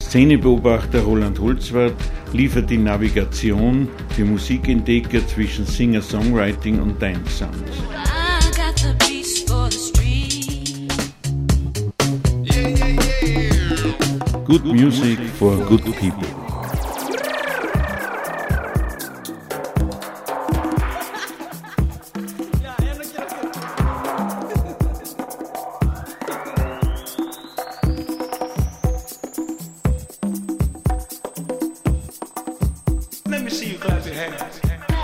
Szenebeobachter Roland Holzwarth liefert die Navigation für Musikentdecker zwischen Singer-Songwriting und Dance-Sounds. Good music for good people. Let me see you clap your hands.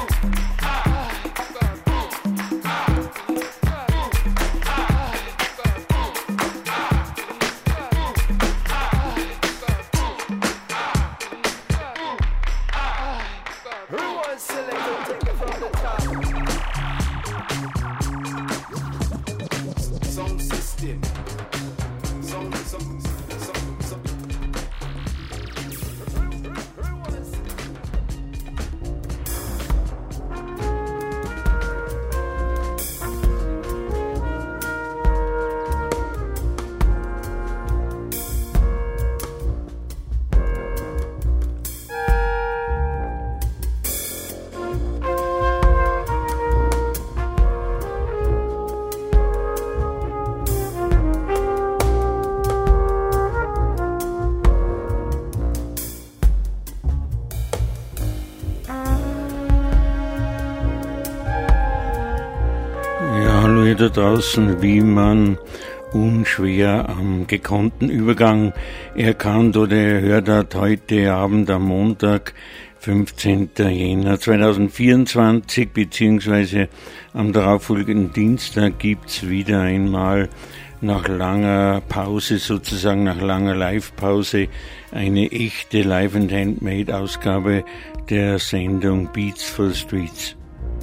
Hallo ihr da draußen, wie man unschwer am gekonnten Übergang erkannt oder erhört hat, heute Abend am Montag, 15. Jänner 2024, beziehungsweise am darauffolgenden Dienstag gibt's wieder einmal nach langer Pause, sozusagen nach langer Live-Pause, eine echte Live- and Handmade-Ausgabe der Sendung Beats for the Streets.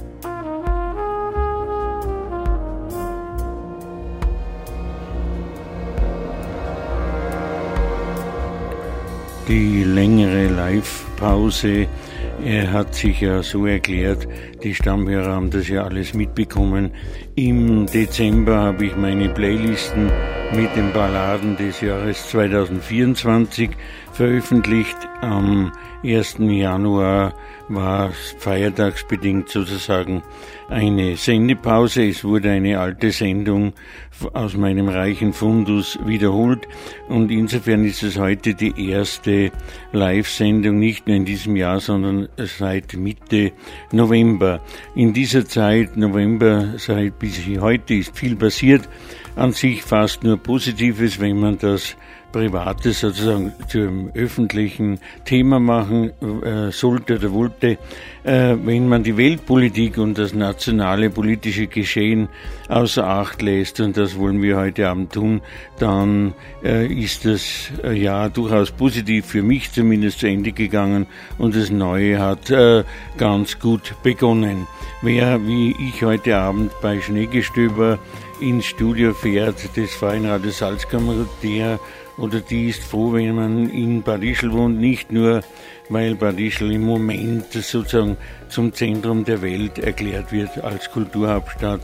Die längere Live-Pause hat sich ja so erklärt, die Stammhörer haben das ja alles mitbekommen. Im Dezember habe ich meine Playlisten mit den Balladen des Jahres 2024 veröffentlicht. Am 1. Januar war feiertagsbedingt sozusagen eine Sendepause. Es wurde eine alte Sendung aus meinem reichen Fundus wiederholt und insofern ist es heute die erste Live-Sendung, nicht nur in diesem Jahr, sondern seit Mitte November. In dieser Zeit, November, seit bis heute, ist viel passiert. An sich fast nur Positives, wenn man das Privates sozusagen zum öffentlichen Thema machen sollte oder wollte. Wenn man die Weltpolitik und das nationale politische Geschehen außer Acht lässt, und das wollen wir heute Abend tun, dann ist das Jahr durchaus positiv für mich zumindest zu Ende gegangen und das Neue hat ganz gut begonnen. Wer wie ich heute Abend bei Schneegestöber ins Studio fährt, des Freien Radio Salzkammergut, der oder die ist froh, wenn man in Bad Ischl wohnt, nicht nur, weil Bad Ischl im Moment sozusagen zum Zentrum der Welt erklärt wird als Kulturhauptstadt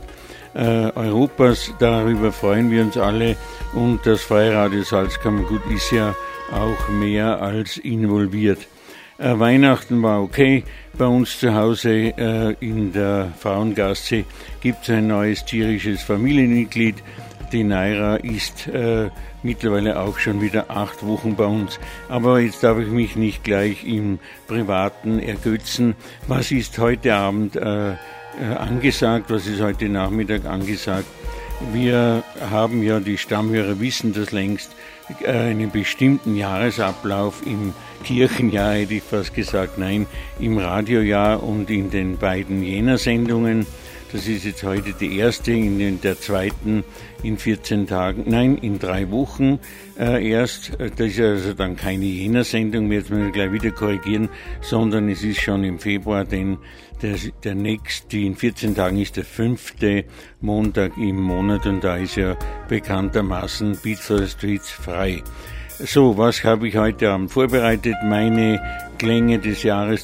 Europas. Darüber freuen wir uns alle und das Freie Radio Salzkammergut ist ja auch mehr als involviert. Weihnachten war okay. Bei uns zu Hause in der Frauengasse gibt es ein neues tierisches Familienmitglied. Die Naira ist mittlerweile auch schon wieder 8 Wochen bei uns. Aber jetzt darf ich mich nicht gleich im Privaten ergötzen. Was ist heute Abend angesagt? Was ist heute Nachmittag angesagt? Wir haben ja, die Stammhörer wissen das längst, einen bestimmten Jahresablauf im Kirchenjahr, hätte ich fast gesagt, nein, im Radiojahr und in den beiden Jänner-Sendungen. Das ist jetzt heute die erste, in der zweiten in 14 Tagen, nein, in 3 Wochen erst. Das ist also dann keine Jänner-Sendung mehr, jetzt müssen wir gleich wieder korrigieren, sondern es ist schon im Februar, denn der nächste, in 14 Tagen ist der 5. Montag im Monat und da ist ja bekanntermaßen Beats for the Streets frei. So, was habe ich heute Abend vorbereitet? Meine Klänge des Jahres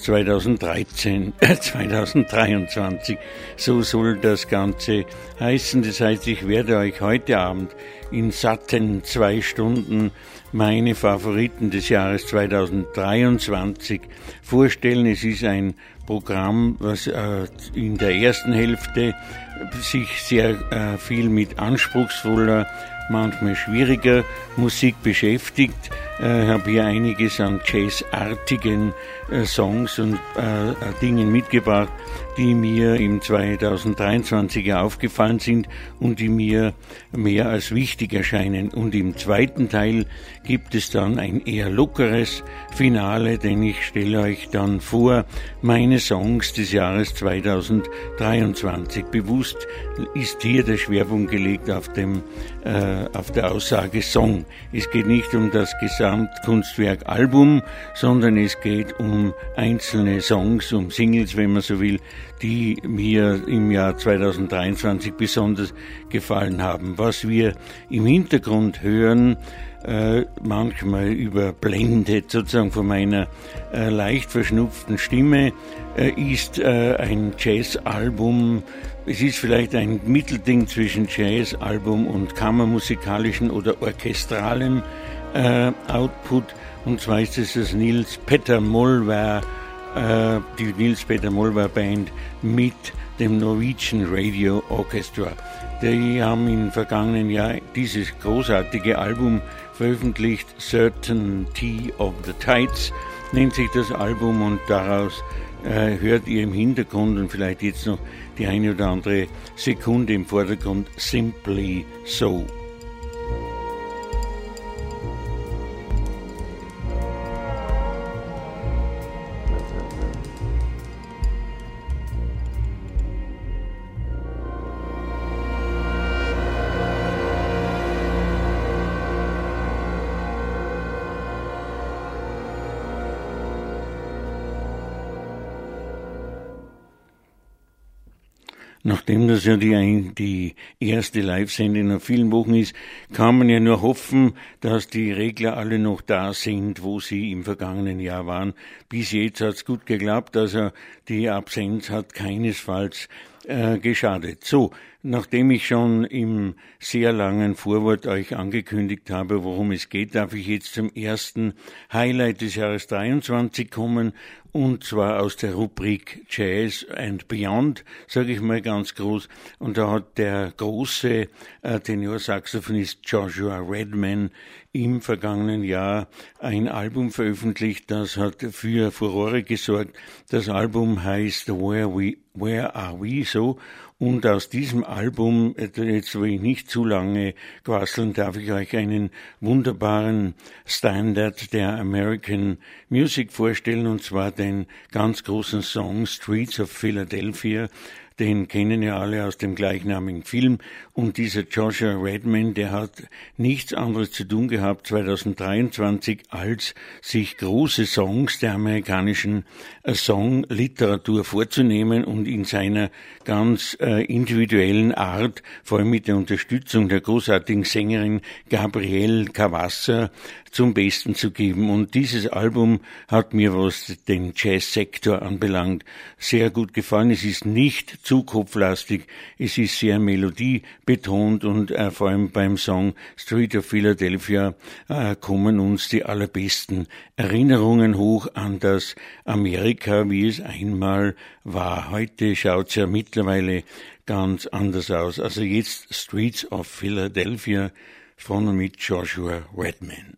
2023. So soll das Ganze heißen. Das heißt, ich werde euch heute Abend in satten 2 Stunden meine Favoriten des Jahres 2023 vorstellen. Es ist ein Programm, was in der ersten Hälfte sich sehr viel mit anspruchsvoller, manchmal schwieriger Musik beschäftigt. Ich habe hier einiges an jazzartigen Songs und Dingen mitgebracht, die mir im 2023er aufgefallen sind und die mir mehr als wichtig erscheinen. Und im zweiten Teil gibt es dann ein eher lockeres Finale, denn ich stelle euch dann vor meine Songs des Jahres 2023. Bewusst ist hier der Schwerpunkt gelegt auf der Aussage Song. Es geht nicht um das Gesamtkunstwerk Album, sondern es geht um einzelne Songs, um Singles, wenn man so will, die mir im Jahr 2023 besonders gefallen haben. Was wir im Hintergrund hören, manchmal überblendet sozusagen von meiner leicht verschnupften Stimme, ist ein Jazzalbum. Es ist vielleicht ein Mittelding zwischen Jazzalbum und kammermusikalischen oder orchestralem Output. Und zwar ist es das Niels Petter Molvær, die Niels Petter Molvær Band mit dem Norwegian Radio Orchestra. Die haben im vergangenen Jahr dieses großartige Album veröffentlicht, Certainty of the Tides nennt sich das Album, und daraus hört ihr im Hintergrund und vielleicht jetzt noch die eine oder andere Sekunde im Vordergrund Simply So. Nachdem das ja die erste Live-Sendung nach vielen Wochen ist, kann man ja nur hoffen, dass die Regler alle noch da sind, wo sie im vergangenen Jahr waren. Bis jetzt hat's gut geklappt, also die Absenz hat keinesfalls geschadet. So, nachdem ich schon im sehr langen Vorwort euch angekündigt habe, worum es geht, darf ich jetzt zum ersten Highlight des Jahres 23 kommen, und zwar aus der Rubrik Jazz and Beyond, sage ich mal ganz groß. Und da hat der große Tenorsaxophonist Joshua Redman im vergangenen Jahr ein Album veröffentlicht, das hat für Furore gesorgt. Das Album heißt Where Are We So? Und aus diesem Album, jetzt will ich nicht zu lange quasseln, darf ich euch einen wunderbaren Standard der American Music vorstellen, und zwar den ganz großen Song Streets of Philadelphia. Den kennen ja alle aus dem gleichnamigen Film. Und dieser Joshua Redman, der hat nichts anderes zu tun gehabt 2023, als sich große Songs der amerikanischen Songliteratur vorzunehmen und in seiner ganz individuellen Art, vor allem mit der Unterstützung der großartigen Sängerin Gabrielle Cavassa, zum Besten zu geben. Und dieses Album hat mir, was den Jazzsektor anbelangt, sehr gut gefallen. Es ist nicht zu kopflastig, es ist sehr melodiebetont, und vor allem beim Song Street of Philadelphia kommen uns die allerbesten Erinnerungen hoch an das Amerika, wie es einmal war. Heute schaut's ja mittlerweile ganz anders aus. Also jetzt Streets of Philadelphia von und mit Joshua Redman.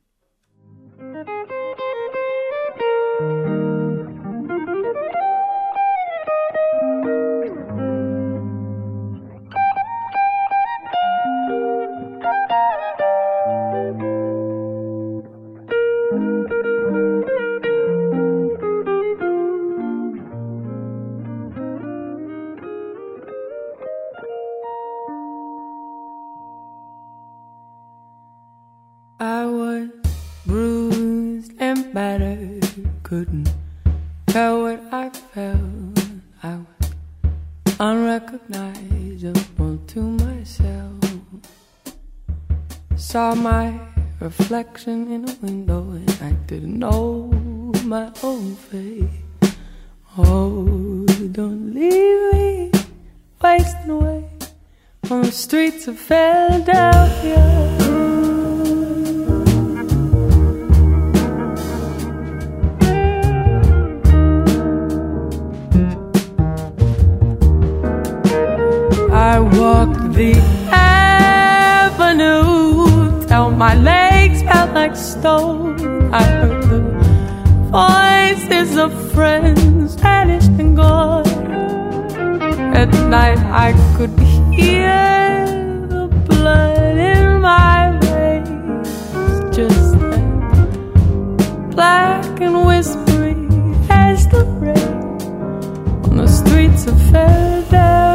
Couldn't tell what I felt. I was unrecognizable to myself. Saw my reflection in a window and I didn't know my own face. Oh, don't leave me wasting away on the streets of Philadelphia. like stone. I heard the voices of friends vanished and gone. At night I could hear the blood in my veins, just that black and whispery as the rain on the streets of Philadelphia.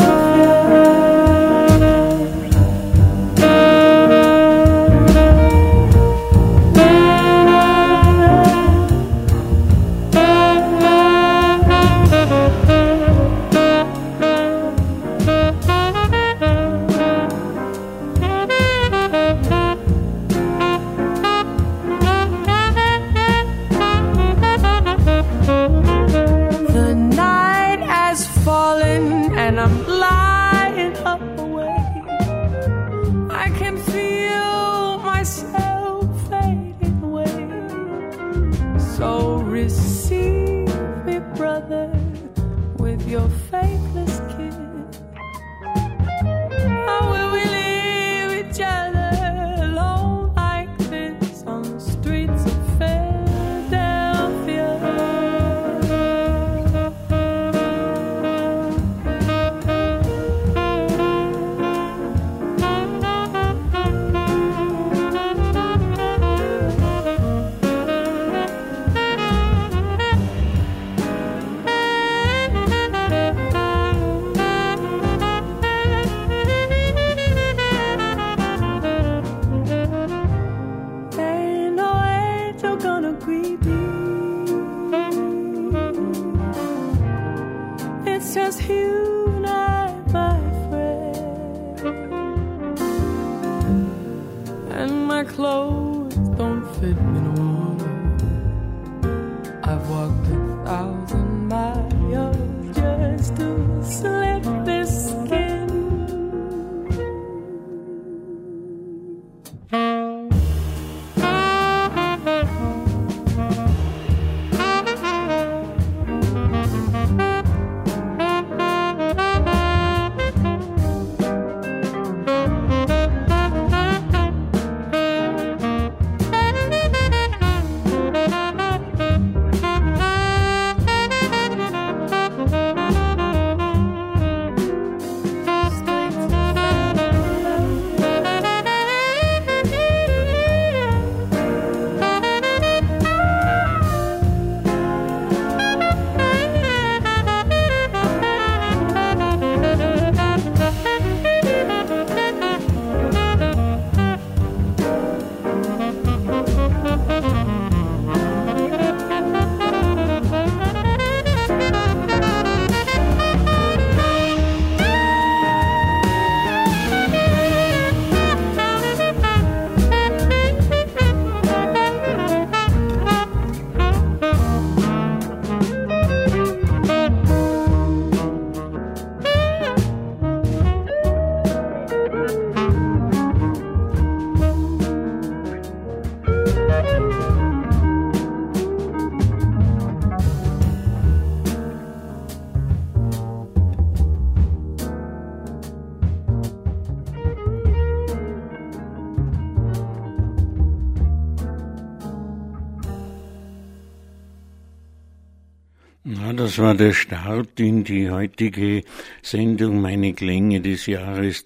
Ja, das war der Start in die heutige Sendung Meine Klänge des Jahres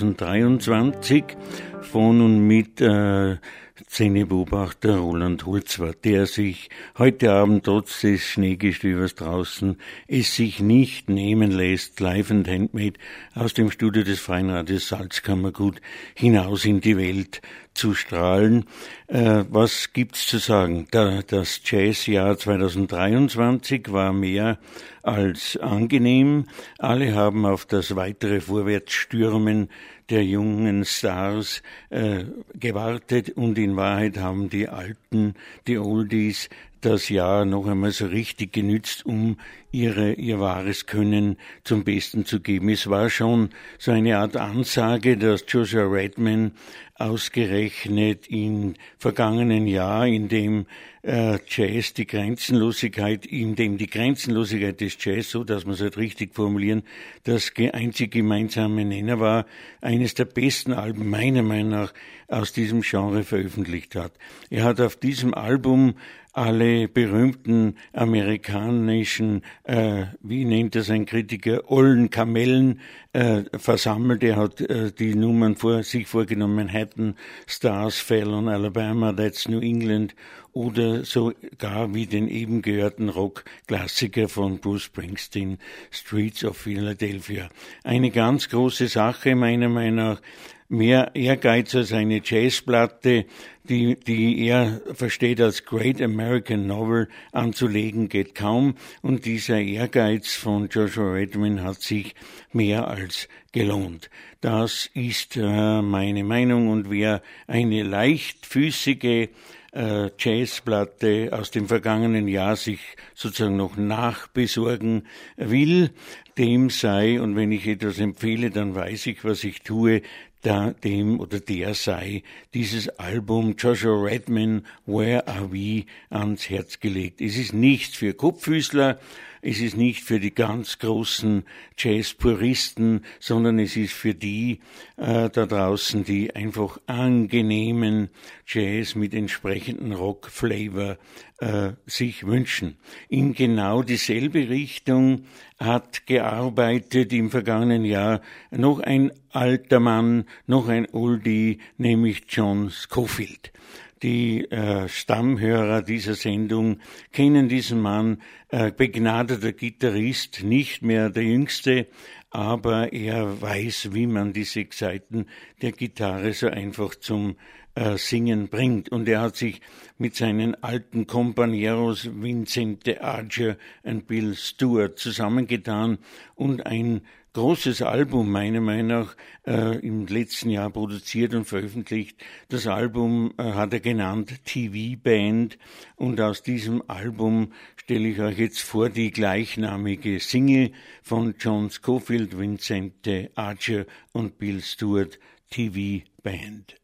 2023 von und mit Szenebeobachter Roland Holzwarth, der sich heute Abend trotz des Schneegestöbers draußen es sich nicht nehmen lässt, live and handmade aus dem Studio des Freien Radios Salzkammergut hinaus in die Welt zu strahlen. Was gibt's zu sagen? Das Jazzjahr 2023 war mehr als angenehm. Alle haben auf das weitere Vorwärtsstürmen der jungen Stars gewartet und in Wahrheit haben die Alten, die Oldies, das Jahr noch einmal so richtig genützt, um ihr wahres Können zum Besten zu geben. Es war schon so eine Art Ansage, dass Joshua Redman ausgerechnet im vergangenen Jahr, in dem Jazz die Grenzenlosigkeit des Jazz, so dass man es halt richtig formulieren, das einzig gemeinsame Nenner war, eines der besten Alben meiner Meinung nach aus diesem Genre veröffentlicht hat. Er hat auf diesem Album alle berühmten amerikanischen, wie nennt das ein Kritiker, ollen Kamellen versammelt. Er hat die Nummern sich vorgenommen, Manhattan, Stars, Fallon, Alabama, That's New England oder sogar wie den eben gehörten Rock-Klassiker von Bruce Springsteen, Streets of Philadelphia. Eine ganz große Sache meiner Meinung nach, mehr Ehrgeiz als eine Jazzplatte, die er versteht als Great American Novel anzulegen, geht kaum. Und dieser Ehrgeiz von Joshua Redman hat sich mehr als gelohnt. Das ist meine Meinung, und wer eine leichtfüßige Jazzplatte aus dem vergangenen Jahr sich sozusagen noch nachbesorgen will, dem sei, und wenn ich etwas empfehle, dann weiß ich, was ich tue, dem oder der sei dieses Album Joshua Redman, Where Are We, ans Herz gelegt. Es ist nicht für Kopffüßler, es ist nicht für die ganz großen Jazz-Puristen, sondern es ist für die da draußen, die einfach angenehmen Jazz mit entsprechendem Rock-Flavor sich wünschen. In genau dieselbe Richtung hat gearbeitet im vergangenen Jahr noch ein alter Mann, noch ein Oldie, nämlich John Scofield. Die Stammhörer dieser Sendung kennen diesen Mann, begnadeter Gitarrist, nicht mehr der Jüngste, aber er weiß, wie man die 6 Saiten der Gitarre so einfach zum Singen bringt. Und er hat sich mit seinen alten Companeros Vincente Archer und Bill Stewart zusammengetan und ein großes Album meiner Meinung nach im letzten Jahr produziert und veröffentlicht. Das Album hat er genannt TV Band, und aus diesem Album stelle ich euch jetzt vor die gleichnamige Single von John Scofield, Vincente Archer und Bill Stewart, TV Band.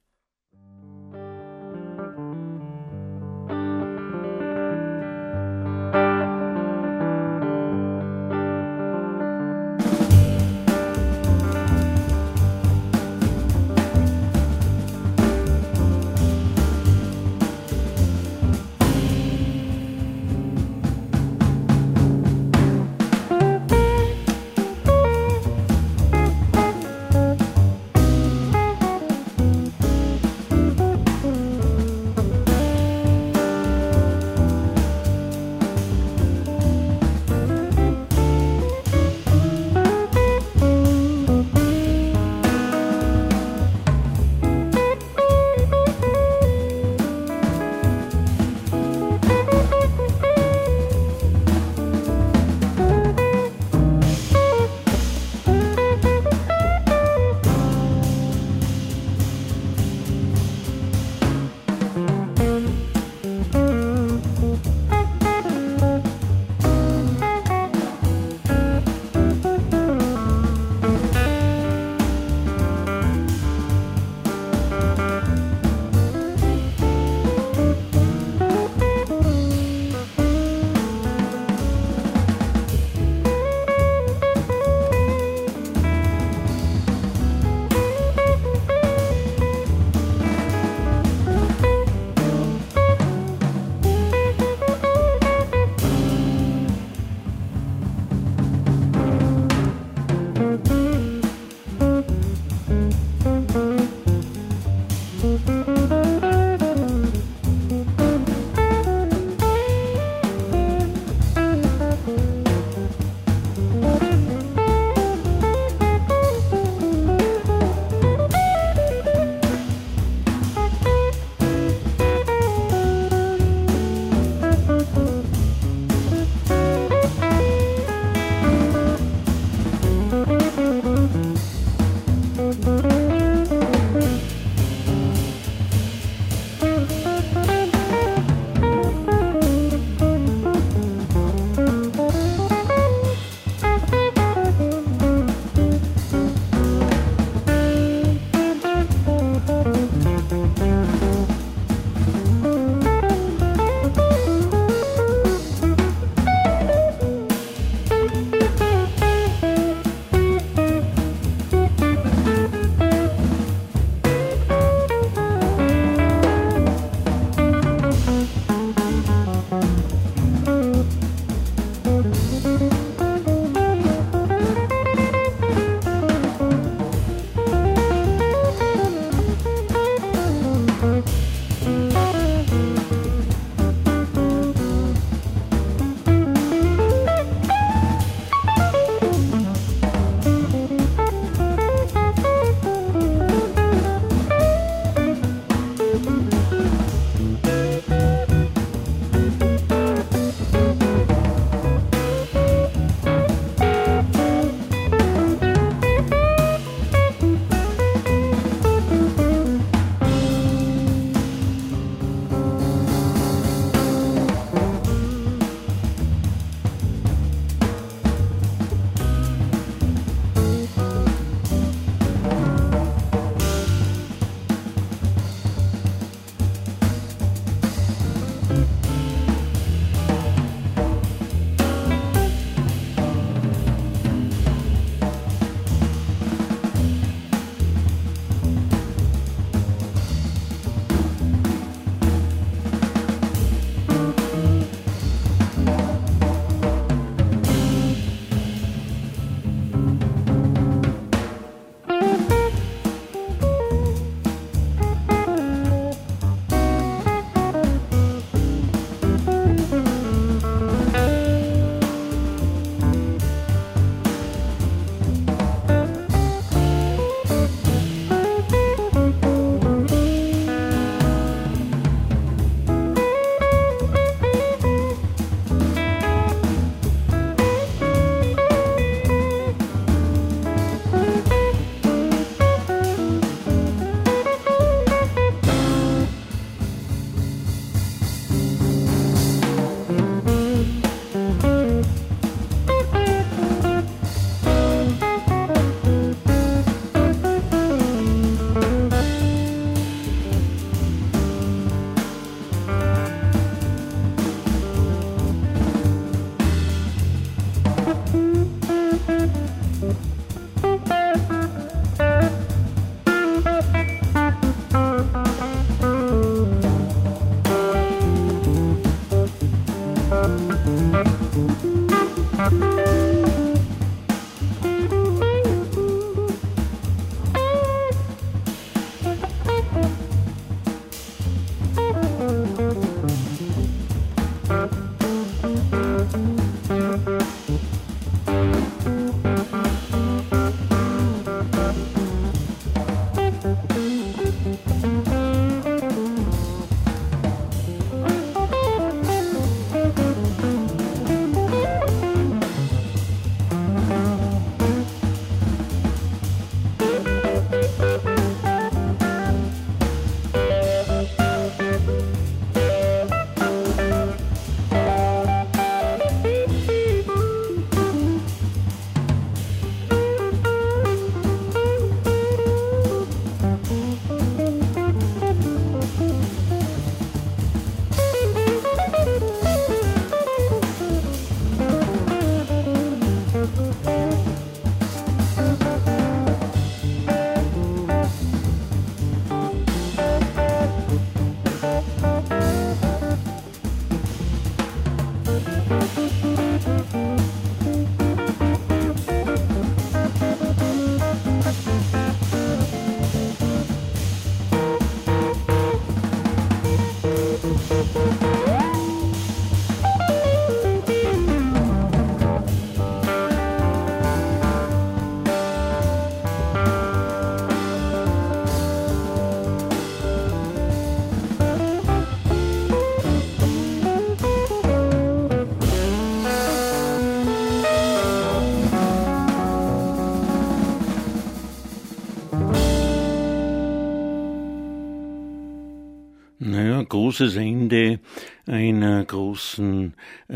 Großes Ende eines großen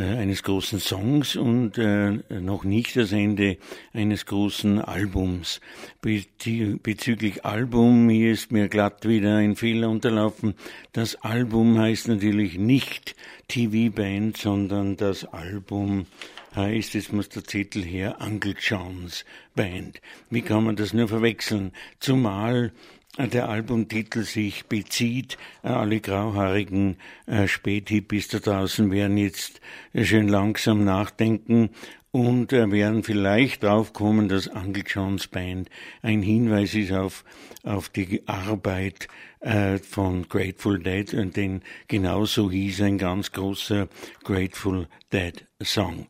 Songs und noch nicht das Ende eines großen Albums. Bezüglich Album, hier ist mir glatt wieder ein Fehler unterlaufen. Das Album heißt natürlich nicht TV Band, sondern das Album heißt, jetzt muss der Titel her, Uncle John's Band. Wie kann man das nur verwechseln? Zumal der Albumtitel sich bezieht, alle grauhaarigen Späthippies da draußen werden jetzt schön langsam nachdenken und werden vielleicht draufkommen, dass Uncle John's Band ein Hinweis ist auf die Arbeit von Grateful Dead, und denn genauso hieß ein ganz großer Grateful Dead Song.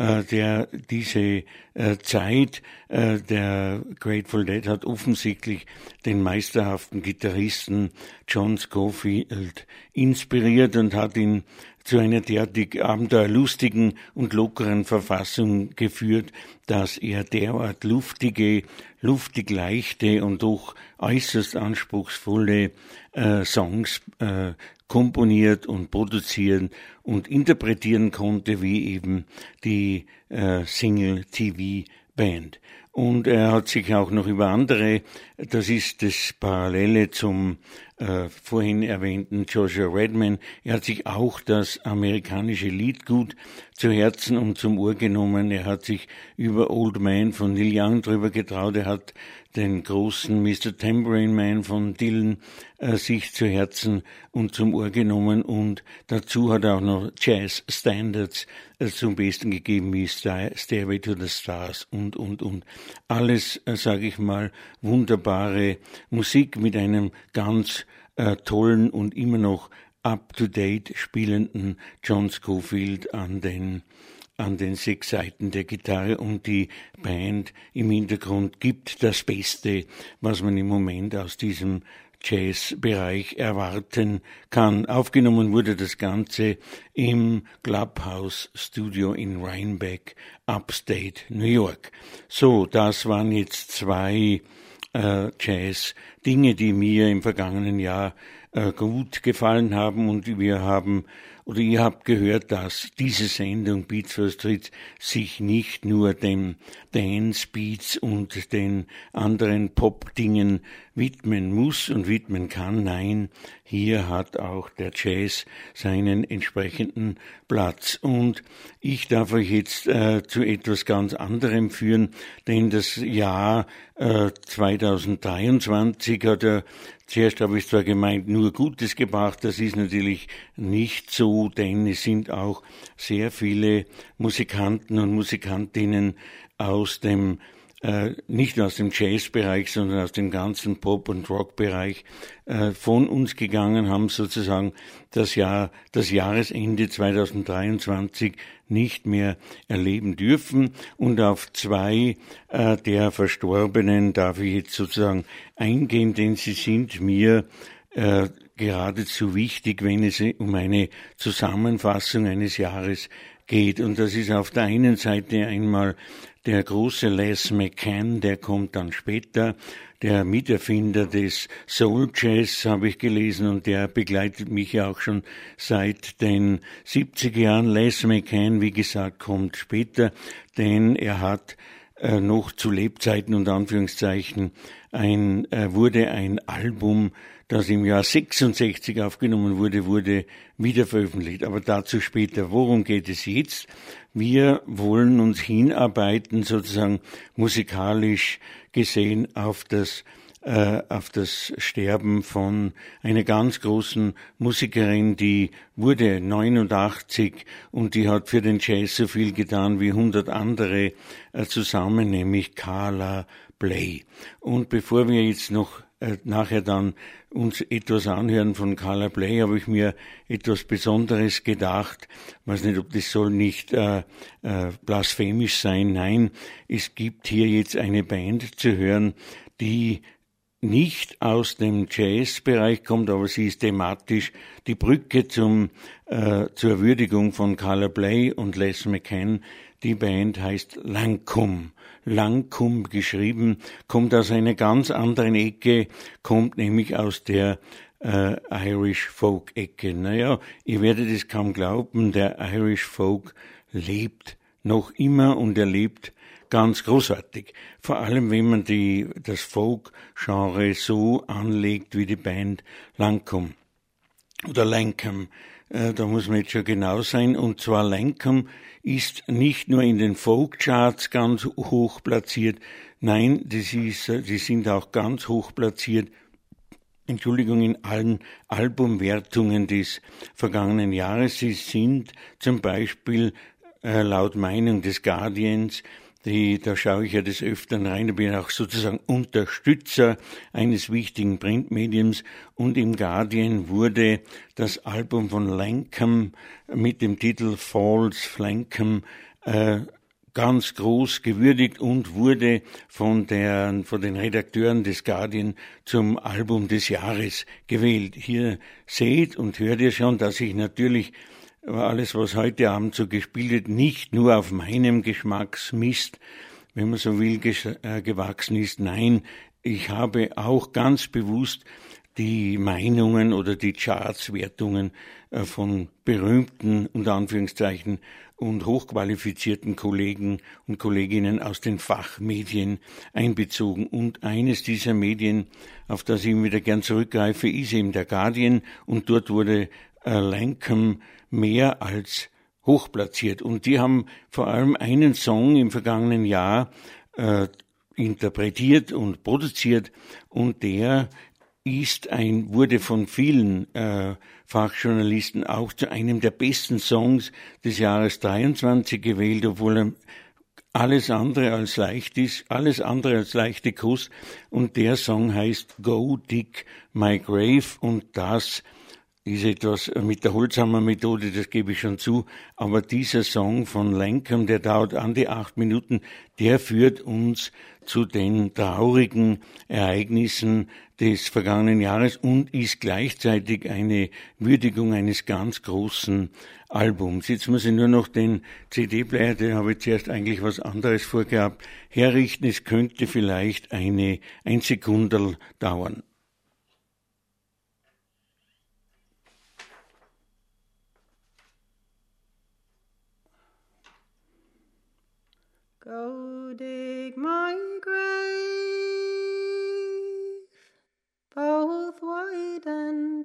Diese Zeit der Grateful Dead hat offensichtlich den meisterhaften Gitarristen John Scofield inspiriert und hat ihn zu einer derartig abenteuerlustigen und lockeren Verfassung geführt, dass er derart luftig leichte und doch äußerst anspruchsvolle Songs komponiert und produzieren und interpretieren konnte, wie eben die Single TV Band. Und er hat sich auch noch über andere, das ist das Parallele zum vorhin erwähnten Joshua Redman, er hat sich auch das amerikanische Liedgut zu Herzen und zum Ohr genommen. Er hat sich über Old Man von Neil Young drüber getraut, er hat den großen Mr. Tambourine Man von Dylan sich zu Herzen und zum Ohr genommen, und dazu hat er auch noch Jazz Standards zum Besten gegeben, wie Stairway to the Stars und. Alles, sage ich mal, wunderbare Musik mit einem ganz tollen und immer noch up-to-date spielenden John Scofield an den 6 Seiten der Gitarre, und die Band im Hintergrund gibt das Beste, was man im Moment aus diesem Jazzbereich erwarten kann. Aufgenommen wurde das Ganze im Clubhouse Studio in Rhinebeck, Upstate New York. So, das waren jetzt 2 Jazz-Dinge, die mir im vergangenen Jahr gut gefallen haben, und ihr habt gehört, dass diese Sendung Beats for Streets sich nicht nur dem Dance Beats und den anderen Pop-Dingen widmen muss und widmen kann. Nein, hier hat auch der Jazz seinen entsprechenden Platz. Und ich darf euch jetzt zu etwas ganz anderem führen, denn das Jahr 2023 1983 hat er, zuerst habe ich zwar gemeint, nur Gutes gebracht, das ist natürlich nicht so, denn es sind auch sehr viele Musikanten und Musikantinnen aus dem nicht nur aus dem Jazzbereich, sondern aus dem ganzen Pop- und Rockbereich von uns gegangen, haben sozusagen das Jahresende 2023 nicht mehr erleben dürfen. Und auf zwei der Verstorbenen darf ich jetzt sozusagen eingehen, denn sie sind mir geradezu wichtig, wenn es um eine Zusammenfassung eines Jahres geht. Und das ist auf der einen Seite einmal der große Les McCann, der kommt dann später, der Miterfinder des Soul Jazz, habe ich gelesen, und der begleitet mich ja auch schon seit den 70er Jahren. Les McCann, wie gesagt, kommt später, denn er hat noch zu Lebzeiten und Anführungszeichen wurde ein Album, das im Jahr 66 aufgenommen wurde wieder veröffentlicht. Aber dazu später. Worum geht es jetzt? Wir wollen uns hinarbeiten, sozusagen musikalisch gesehen, auf das Sterben von einer ganz großen Musikerin, die wurde 89 und die hat für den Jazz so viel getan wie 100 andere zusammen, nämlich Carla Bley. Und bevor wir jetzt noch nachher dann uns etwas anhören von Carla Bley, habe ich mir etwas Besonderes gedacht. Ich weiß nicht, ob das soll nicht blasphemisch sein. Nein, es gibt hier jetzt eine Band zu hören, die nicht aus dem Jazzbereich kommt, aber sie ist thematisch die Brücke zur Würdigung von Carla Bley und Les McCann. Die Band heißt Lancome. Lancome geschrieben, kommt aus einer ganz anderen Ecke, kommt nämlich aus der Irish Folk Ecke. Naja, ihr werdet es kaum glauben, der Irish Folk lebt noch immer und er lebt ganz großartig. Vor allem, wenn man das Folk-Genre so anlegt wie die Band Lancome oder Lancome. Da muss man jetzt schon genau sein. Und zwar Lancome ist nicht nur in den Folk-Charts ganz hoch platziert. Nein, die sind auch ganz hoch platziert. In allen Albumwertungen des vergangenen Jahres. Sie sind zum Beispiel laut Meinung des Guardians, da schaue ich ja des Öfteren rein, da bin ich auch sozusagen Unterstützer eines wichtigen Printmediums, und im Guardian wurde das Album von Lancome mit dem Titel Falls Lancome ganz groß gewürdigt und wurde von den Redakteuren des Guardian zum Album des Jahres gewählt. Hier seht und hört ihr schon, dass ich natürlich alles, was heute Abend so gespielt wird, nicht nur auf meinem Geschmacksmist, wenn man so will, gewachsen ist. Nein, ich habe auch ganz bewusst die Meinungen oder die Chartswertungen von berühmten, unter Anführungszeichen, und hochqualifizierten Kollegen und Kolleginnen aus den Fachmedien einbezogen. Und eines dieser Medien, auf das ich wieder gern zurückgreife, ist eben der Guardian, und dort wurde Lancome mehr als hochplatziert. Und die haben vor allem einen Song im vergangenen Jahr interpretiert und produziert, und der wurde von vielen Fachjournalisten auch zu einem der besten Songs des Jahres 23 gewählt, obwohl er alles andere als leichte Kost. Und der Song heißt Go Dig My Grave, und das ist etwas mit der Holzhammer Methode, das gebe ich schon zu, aber dieser Song von Lancome, der dauert an die 8 Minuten, der führt uns zu den traurigen Ereignissen des vergangenen Jahres und ist gleichzeitig eine Würdigung eines ganz großen Albums. Jetzt muss ich nur noch den CD-Player, den habe ich zuerst eigentlich was anderes vorgehabt, herrichten. Es könnte vielleicht ein Sekundel dauern. Go dig my grave, both wide and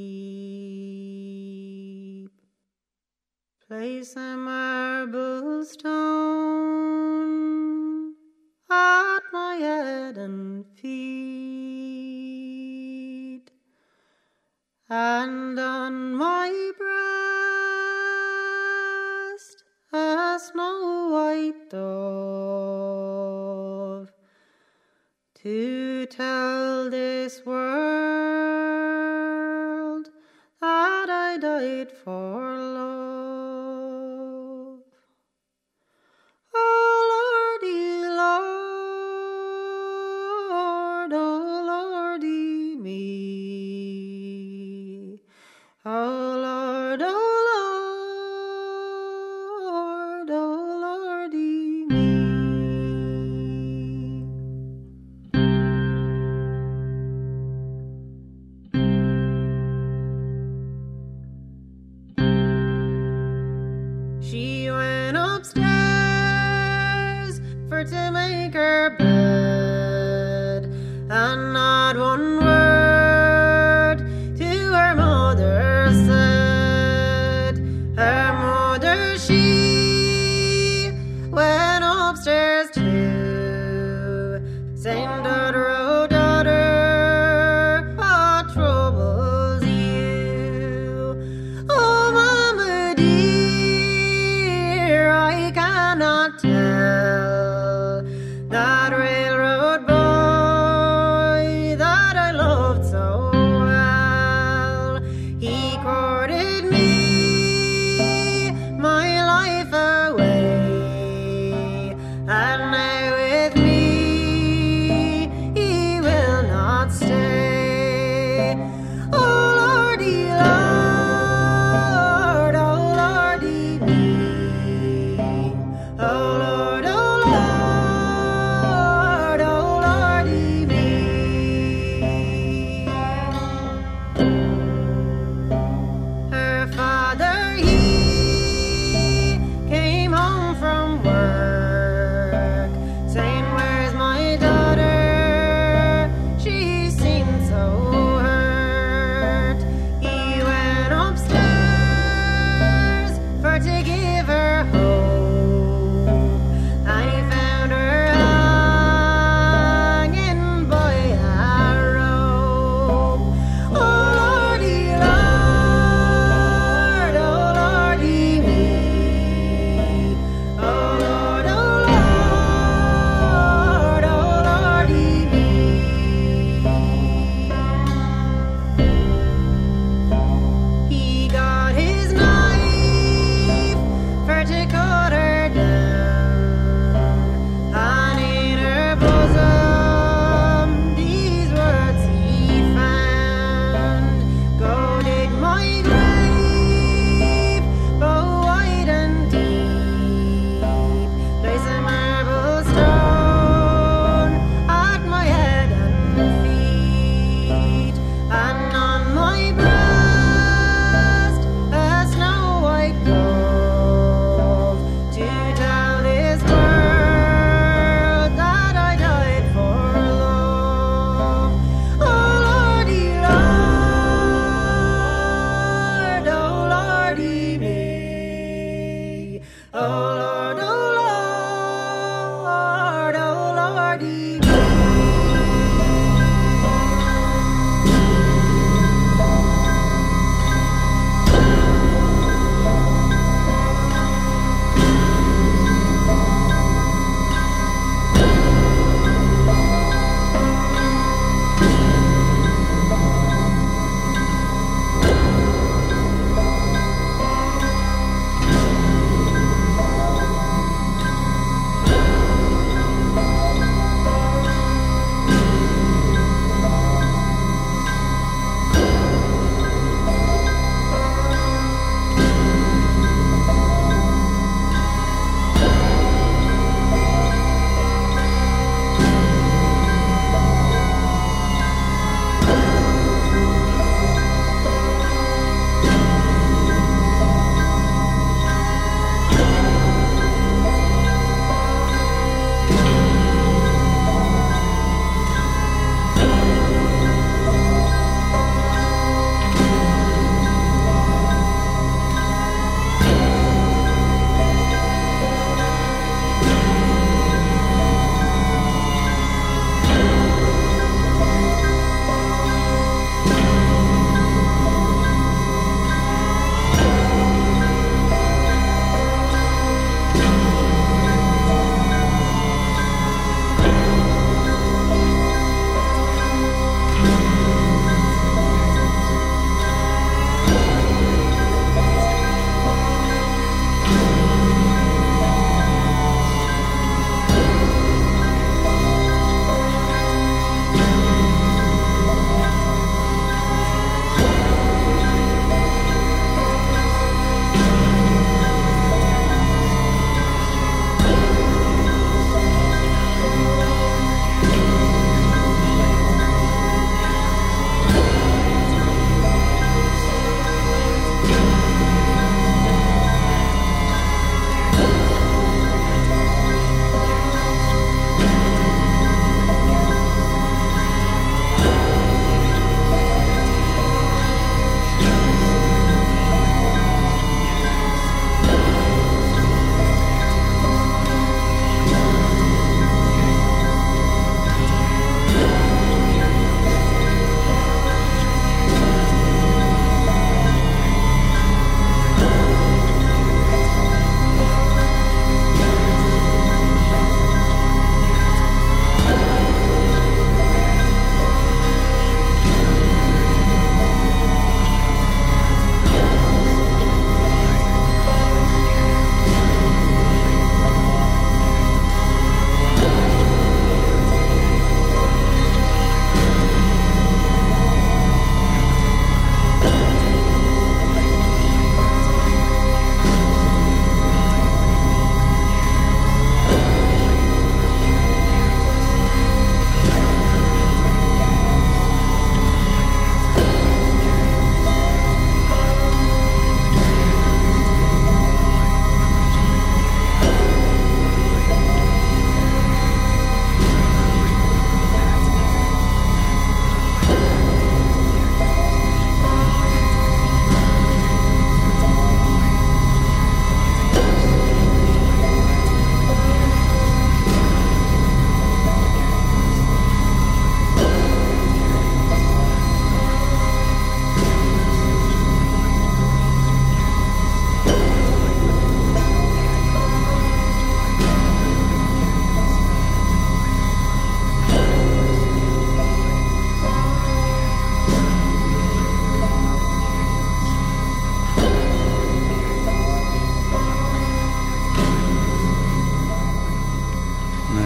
deep. Place a marble stone 'at my head and feet. and on my breast a snow-white dove, to tell this world that I died for love. Oh Lordy, Lord, oh Lordy me, oh Lord, oh Lord, oh Lordy me. She went upstairs for to make her bed, and not one word to her mother said. Her mother, she went upstairs too, saying, daughter, oh daughter, what troubles you? Oh mama dear, I cannot tell that railroad boy that I loved so well. He courted me my life away, and now with me he will not stay. Oh Lordy, Lord, oh Lordy me, oh Lord, oh Lord, oh Lordy me. Her father, he came home from work, saying, where's my daughter? She seemed so hurt. He went upstairs for to give her hope, and he found her hanging by a rope. Oh Lordy, Lord, oh Lordy me, oh Lord, oh Lord, oh Lordy me. He got his knife for to cut her down, and in her bosom these words he found. Go dig my grave, bow wide and deep, place a marble stone at my head and feet, and on my breast a snow-white dove, to tell this world that I died for love. Oh Lordy, Lord, oh Lordy me, oh Lord, oh Lord, oh Lordy me.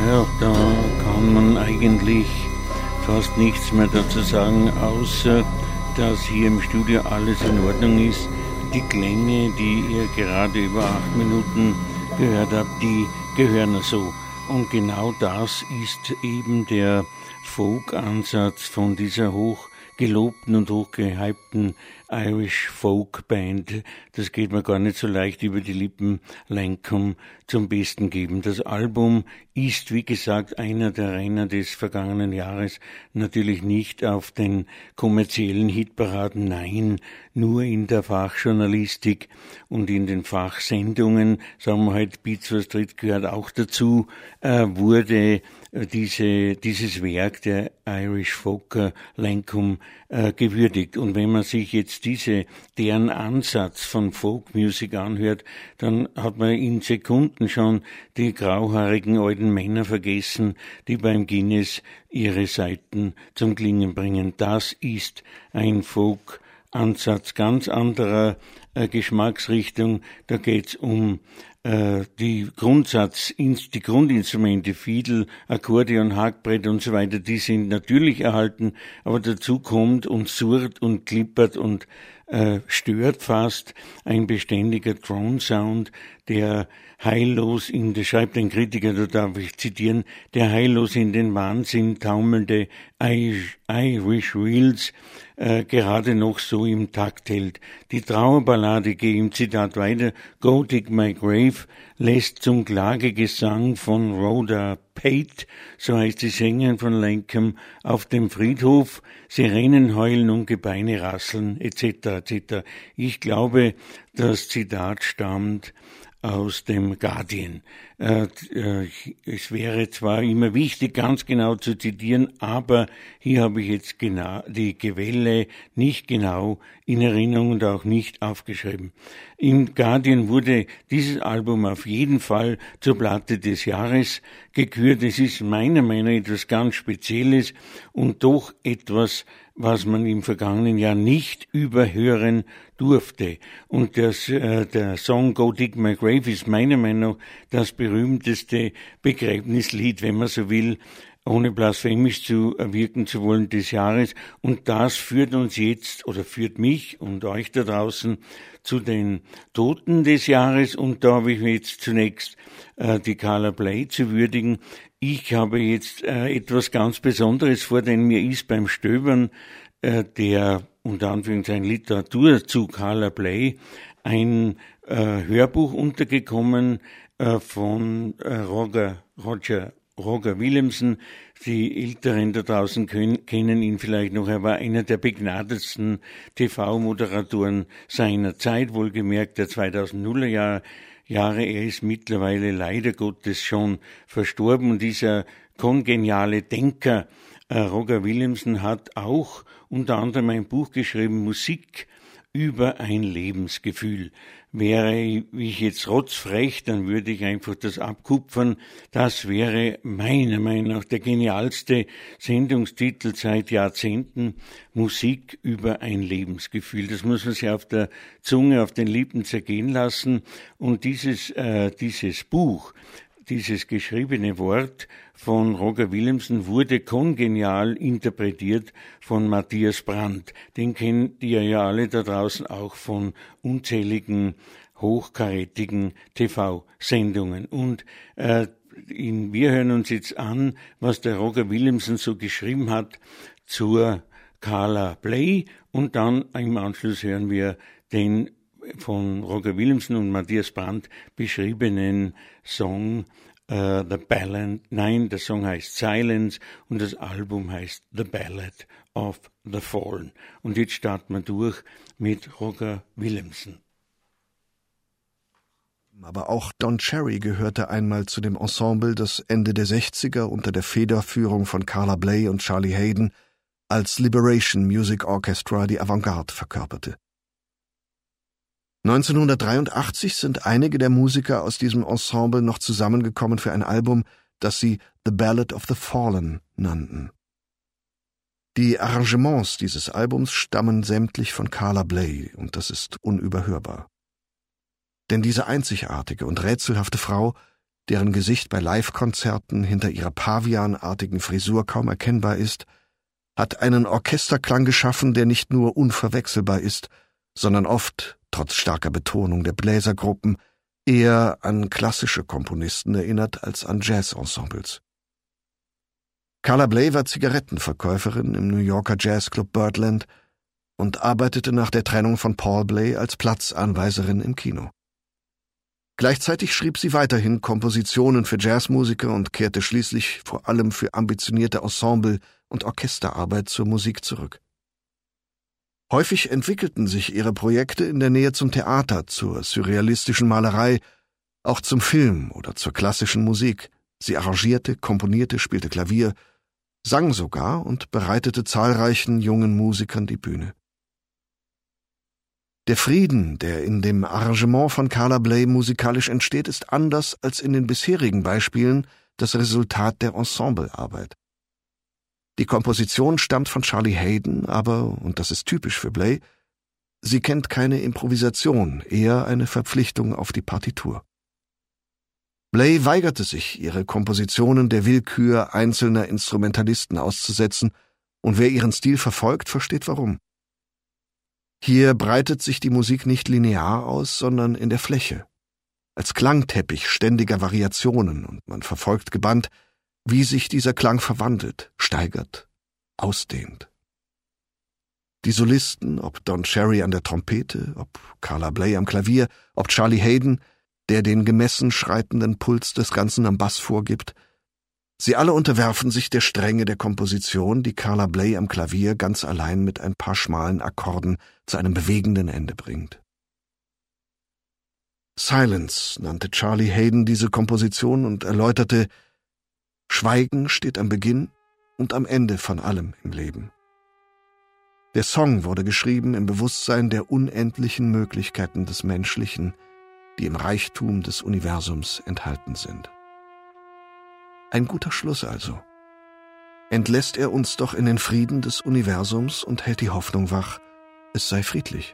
Ja, da kann man eigentlich fast nichts mehr dazu sagen, außer dass hier im Studio alles in Ordnung ist. Die Klänge, die ihr gerade über 8 Minuten gehört habt, die gehören so. Und genau das ist eben der Folk-Ansatz von dieser hochgelobten und hochgehypten Irish Folk Band. Das geht mir gar nicht so leicht über die Lippen, Lancome zum Besten geben. Das Album ist, wie gesagt, einer der Renner des vergangenen Jahres, natürlich nicht auf den kommerziellen Hitparaden, nein, nur in der Fachjournalistik und in den Fachsendungen, sagen wir halt, Beats for Street gehört auch dazu, wurde dieses Werk der Irish Folker Lancome gewürdigt. Und wenn man sich jetzt deren Ansatz von Folkmusik anhört, dann hat man in Sekunden schon die grauhaarigen alten Männer vergessen, die beim Guinness ihre Saiten zum Klingen bringen. Das ist ein Folk-Ansatz ganz anderer Geschmacksrichtung. Da geht's um die Grundinstrumente, Fiedel, Akkordeon, Hackbrett und so weiter, die sind natürlich erhalten, aber dazu kommt und surrt und klippert und stört fast ein beständiger Drone-Sound, der heillos schreibt ein Kritiker, da darf ich zitieren, der heillos in den Wahnsinn taumelnde Irish Reels gerade noch so im Takt hält. Die Trauerballade, gehe im Zitat weiter, Go Dig My Grave, lässt zum Klagegesang von Rhoda Pate, so heißt die Sängerin von Lancome, auf dem Friedhof, Sirenen heulen und Gebeine rasseln, etc., etc. Ich glaube, das Zitat stammt aus dem Guardian. Es wäre zwar immer wichtig, ganz genau zu zitieren, aber hier habe ich jetzt die Quelle nicht genau in Erinnerung und auch nicht aufgeschrieben. Im Guardian wurde dieses Album auf jeden Fall zur Platte des Jahres gekürt. Es ist meiner Meinung nach etwas ganz Spezielles und doch etwas, was man im vergangenen Jahr nicht überhören durfte. Und der Song Go Dig My Grave ist meiner Meinung nach das berühmteste Begräbnislied, wenn man so will, ohne blasphemisch zu wirken zu wollen, des Jahres. Und das führt uns jetzt, oder führt mich und euch da draußen zu den Toten des Jahres. Und da habe ich mir jetzt zunächst die Carla Bley zu würdigen. Ich habe jetzt etwas ganz Besonderes vor, denn mir ist beim Stöbern der unter Anführungszeichen Literatur zu Carla Bley ein Hörbuch untergekommen von Roger Williamson. Die Älteren da draußen kennen ihn vielleicht noch. Er war einer der begnadetsten TV-Moderatoren seiner Zeit, wohlgemerkt der 2000er Jahre. Er ist mittlerweile leider Gottes schon verstorben und dieser kongeniale Denker Roger Williamson hat auch unter anderem ein Buch geschrieben, Musik über ein Lebensgefühl. Wäre ich jetzt rotzfrech, dann würde ich einfach das abkupfern. Das wäre meiner Meinung nach der genialste Sendungstitel seit Jahrzehnten, Musik über ein Lebensgefühl. Das muss man sich auf der Zunge, auf den Lippen zergehen lassen. Und dieses Buch, dieses geschriebene Wort von Roger Williamson wurde kongenial interpretiert von Matthias Brandt. Den kennt ihr ja alle da draußen auch von unzähligen hochkarätigen TV-Sendungen. Und wir hören uns jetzt an, was der Roger Williamson so geschrieben hat zur Carla Bley und dann im Anschluss hören wir den von Roger Williamson und Matthias Brandt beschriebenen Song The Ballad. Nein, der Song heißt Silence und das Album heißt The Ballad of the Fallen. Und jetzt starten wir durch mit Roger Williamson. Aber auch Don Cherry gehörte einmal zu dem Ensemble, das Ende der 60er unter der Federführung von Carla Bley und Charlie Haydn als Liberation Music Orchestra die Avantgarde verkörperte. 1983 sind einige der Musiker aus diesem Ensemble noch zusammengekommen für ein Album, das sie The Ballad of the Fallen nannten. Die Arrangements dieses Albums stammen sämtlich von Carla Bley und das ist unüberhörbar. Denn diese einzigartige und rätselhafte Frau, deren Gesicht bei Live-Konzerten hinter ihrer pavianartigen Frisur kaum erkennbar ist, hat einen Orchesterklang geschaffen, der nicht nur unverwechselbar ist, sondern oft, trotz starker Betonung der Bläsergruppen, eher an klassische Komponisten erinnert als an Jazz-Ensembles. Carla Bley war Zigarettenverkäuferin im New Yorker Jazzclub Birdland und arbeitete nach der Trennung von Paul Bley als Platzanweiserin im Kino. Gleichzeitig schrieb sie weiterhin Kompositionen für Jazzmusiker und kehrte schließlich vor allem für ambitionierte Ensemble- und Orchesterarbeit zur Musik zurück. Häufig entwickelten sich ihre Projekte in der Nähe zum Theater, zur surrealistischen Malerei, auch zum Film oder zur klassischen Musik. Sie arrangierte, komponierte, spielte Klavier, sang sogar und bereitete zahlreichen jungen Musikern die Bühne. Der Frieden, der in dem Arrangement von Carla Bley musikalisch entsteht, ist anders als in den bisherigen Beispielen das Resultat der Ensemblearbeit. Die Komposition stammt von Charlie Haydn, aber, und das ist typisch für Bley, sie kennt keine Improvisation, eher eine Verpflichtung auf die Partitur. Bley weigerte sich, ihre Kompositionen der Willkür einzelner Instrumentalisten auszusetzen, und wer ihren Stil verfolgt, versteht warum. Hier breitet sich die Musik nicht linear aus, sondern in der Fläche, als Klangteppich ständiger Variationen, und man verfolgt gebannt, wie sich dieser Klang verwandelt, steigert, ausdehnt. Die Solisten, ob Don Cherry an der Trompete, ob Carla Bley am Klavier, ob Charlie Haydn, der den gemessen schreitenden Puls des Ganzen am Bass vorgibt, sie alle unterwerfen sich der Strenge der Komposition, die Carla Bley am Klavier ganz allein mit ein paar schmalen Akkorden zu einem bewegenden Ende bringt. Silence nannte Charlie Haydn diese Komposition und erläuterte: Schweigen steht am Beginn und am Ende von allem im Leben. Der Song wurde geschrieben im Bewusstsein der unendlichen Möglichkeiten des Menschlichen, die im Reichtum des Universums enthalten sind. Ein guter Schluss also. Entlässt er uns doch in den Frieden des Universums und hält die Hoffnung wach, es sei friedlich.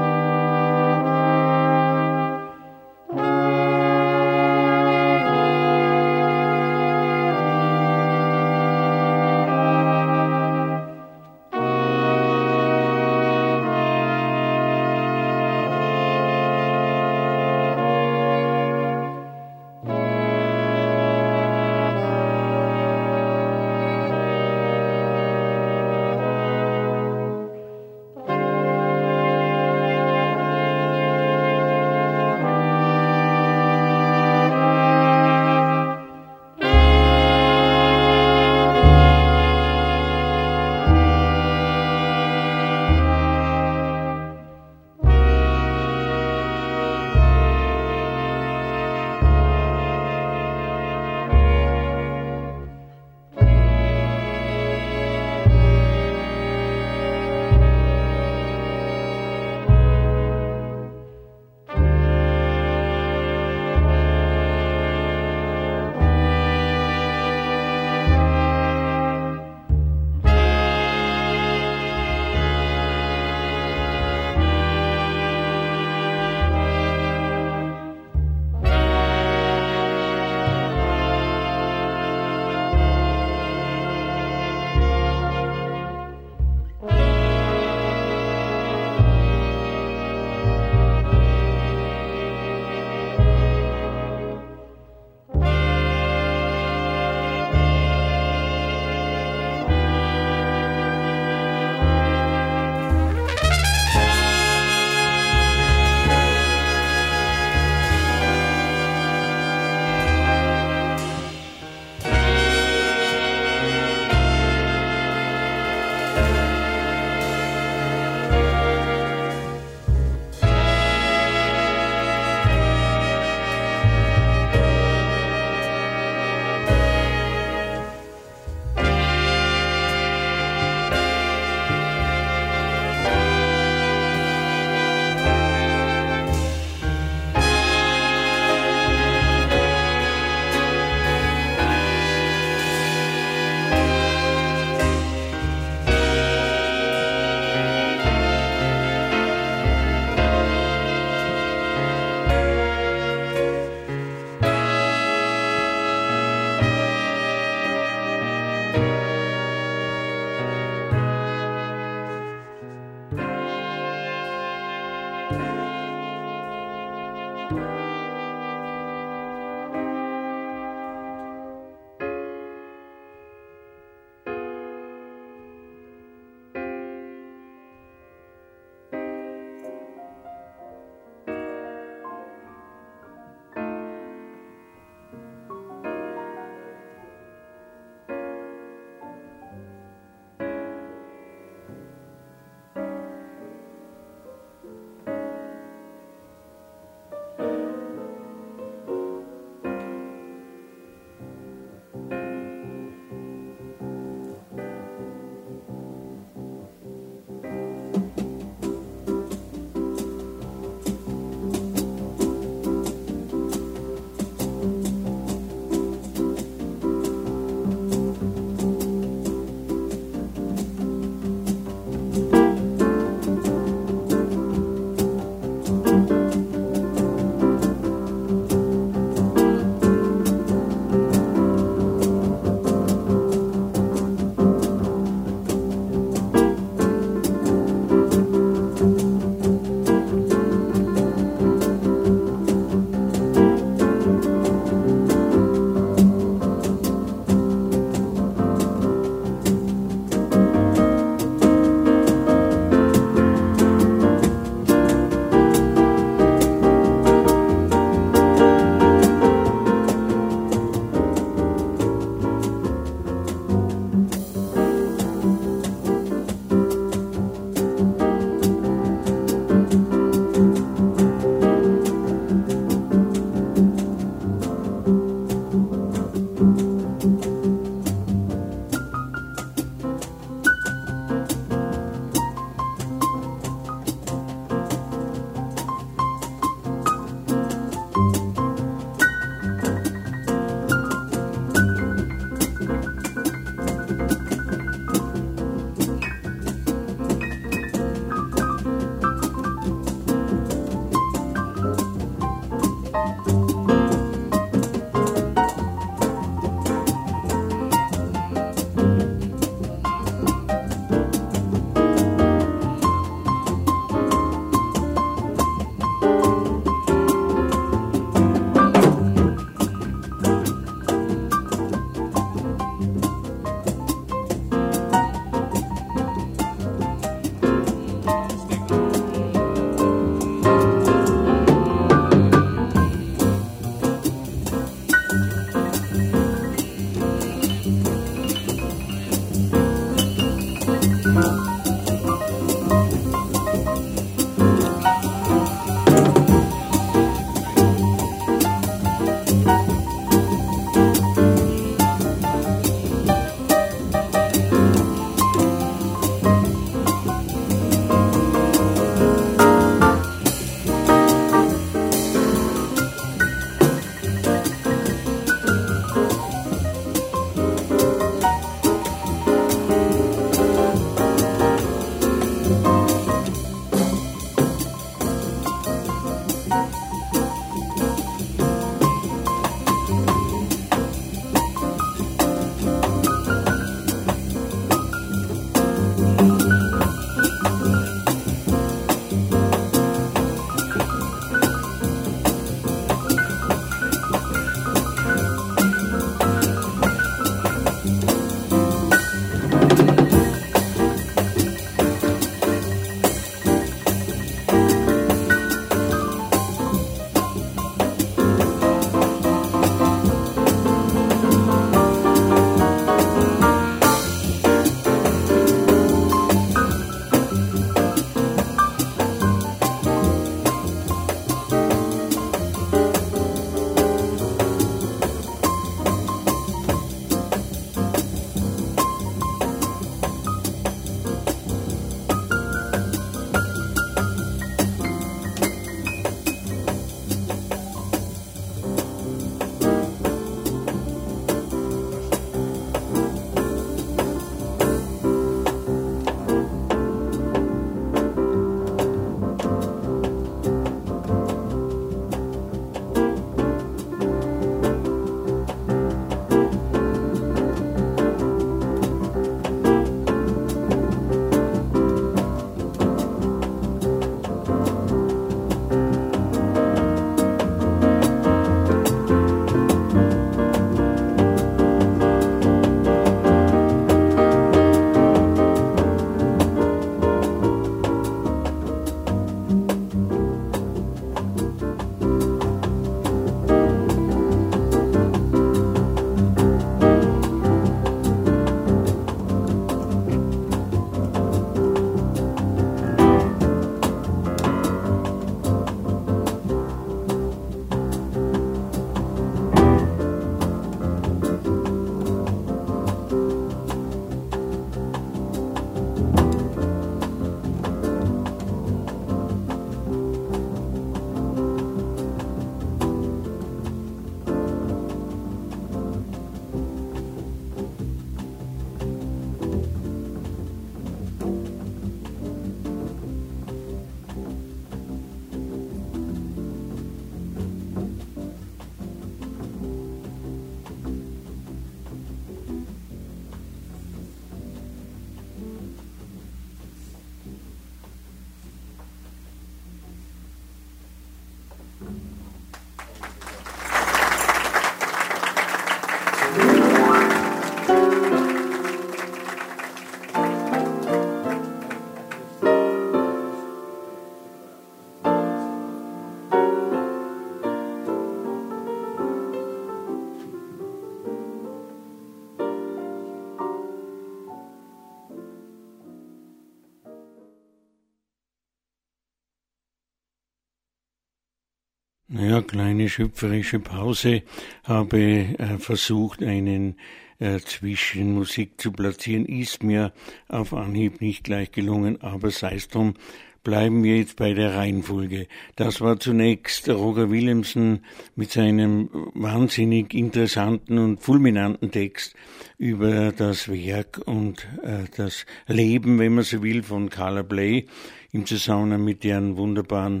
Ja, kleine schöpferische Pause, habe versucht, einen Zwischenmusik zu platzieren, ist mir auf Anhieb nicht gleich gelungen, aber sei es drum. Bleiben wir jetzt bei der Reihenfolge. Das war zunächst Roger Willemsen mit seinem wahnsinnig interessanten und fulminanten Text über das Werk und das Leben, wenn man so will, von Carla Bley im Zusammenhang mit deren wunderbaren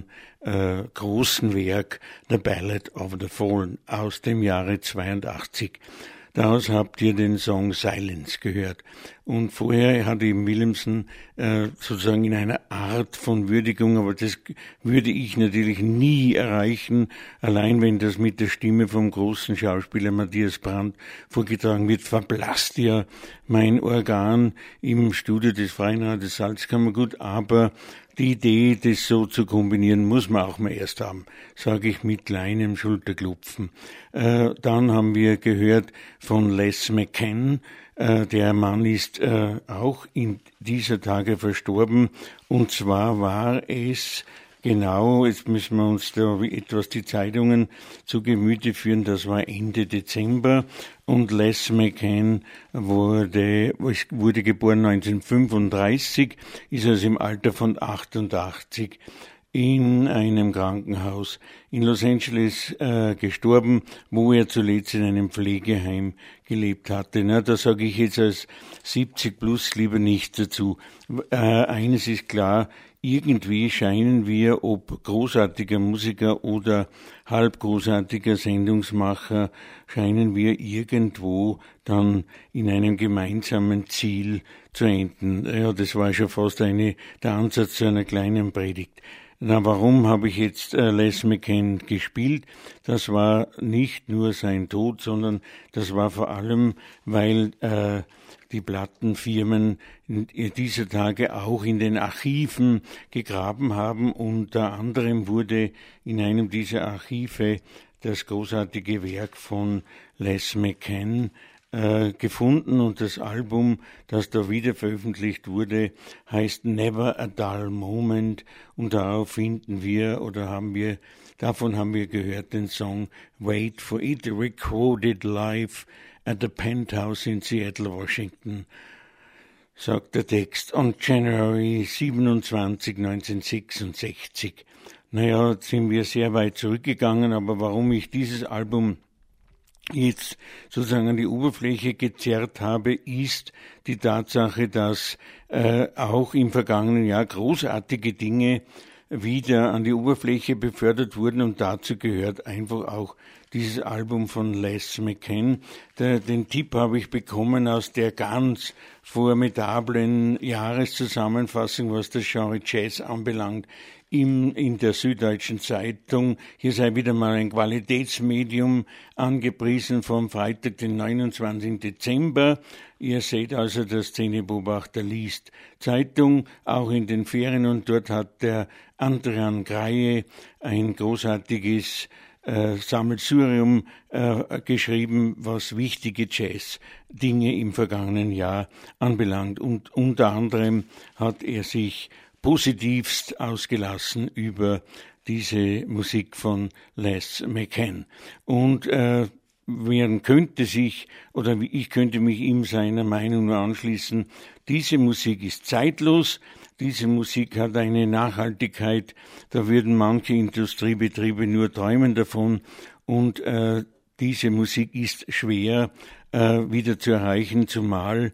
großen Werk The Ballad of the Fallen aus dem Jahre 82. Daraus habt ihr den Song Silence gehört. Und vorher hat eben Willemsen sozusagen in einer Art von Würdigung, aber das würde ich natürlich nie erreichen, allein wenn das mit der Stimme vom großen Schauspieler Matthias Brandt vorgetragen wird, verblasst ja mein Organ im Studio des Freien Radios Salzkammergut, aber die Idee, das so zu kombinieren, muss man auch mal erst haben, sage ich mit kleinem Schulterklopfen. Dann haben wir gehört von Les McCann. Der Mann ist auch in dieser Tage verstorben. Und zwar war es genau, jetzt müssen wir uns da etwas die Zeitungen zu Gemüte führen, das war Ende Dezember. Und Les McCann wurde geboren 1935, ist also im Alter von 88 in einem Krankenhaus in Los Angeles gestorben, wo er zuletzt in einem Pflegeheim gelebt hatte. Na, da sage ich jetzt als 70 plus lieber nichts dazu. Eines ist klar, irgendwie scheinen wir, ob großartiger Musiker oder halb großartiger Sendungsmacher, scheinen wir irgendwo dann in einem gemeinsamen Ziel zu enden. Ja, das war schon fast der Ansatz zu einer kleinen Predigt. Na, warum habe ich jetzt Les McCann gespielt? Das war nicht nur sein Tod, sondern das war vor allem, weil die Plattenfirmen dieser Tage auch in den Archiven gegraben haben. Unter anderem wurde in einem dieser Archive das großartige Werk von Les McCann gefunden und das Album, das da wieder veröffentlicht wurde, heißt Never a Dull Moment und darauf davon haben wir gehört den Song Wait for It, recorded live at the Penthouse in Seattle, Washington, sagt der Text, on January 27, 1966. Naja, jetzt sind wir sehr weit zurückgegangen, aber warum ich dieses Album jetzt sozusagen an die Oberfläche gezerrt habe, ist die Tatsache, dass auch im vergangenen Jahr großartige Dinge wieder an die Oberfläche befördert wurden und dazu gehört einfach auch dieses Album von Les McCann. Den Tipp habe ich bekommen aus der ganz formidablen Jahreszusammenfassung, was das Genre Jazz anbelangt, in der Süddeutschen Zeitung. Hier sei wieder mal ein Qualitätsmedium angepriesen vom Freitag, den 29. Dezember. Ihr seht also, der Szenebeobachter liest Zeitung, auch in den Ferien, und dort hat der Andrian Greie ein großartiges Sammelsurium geschrieben, was wichtige Jazz-Dinge im vergangenen Jahr anbelangt. Und unter anderem hat er sich positivst ausgelassen über diese Musik von Les McCann. Und man könnte sich, oder ich könnte mich ihm seiner Meinung nur anschließen, diese Musik ist zeitlos, diese Musik hat eine Nachhaltigkeit, da würden manche Industriebetriebe nur träumen davon, und diese Musik ist schwer wieder zu erreichen, zumal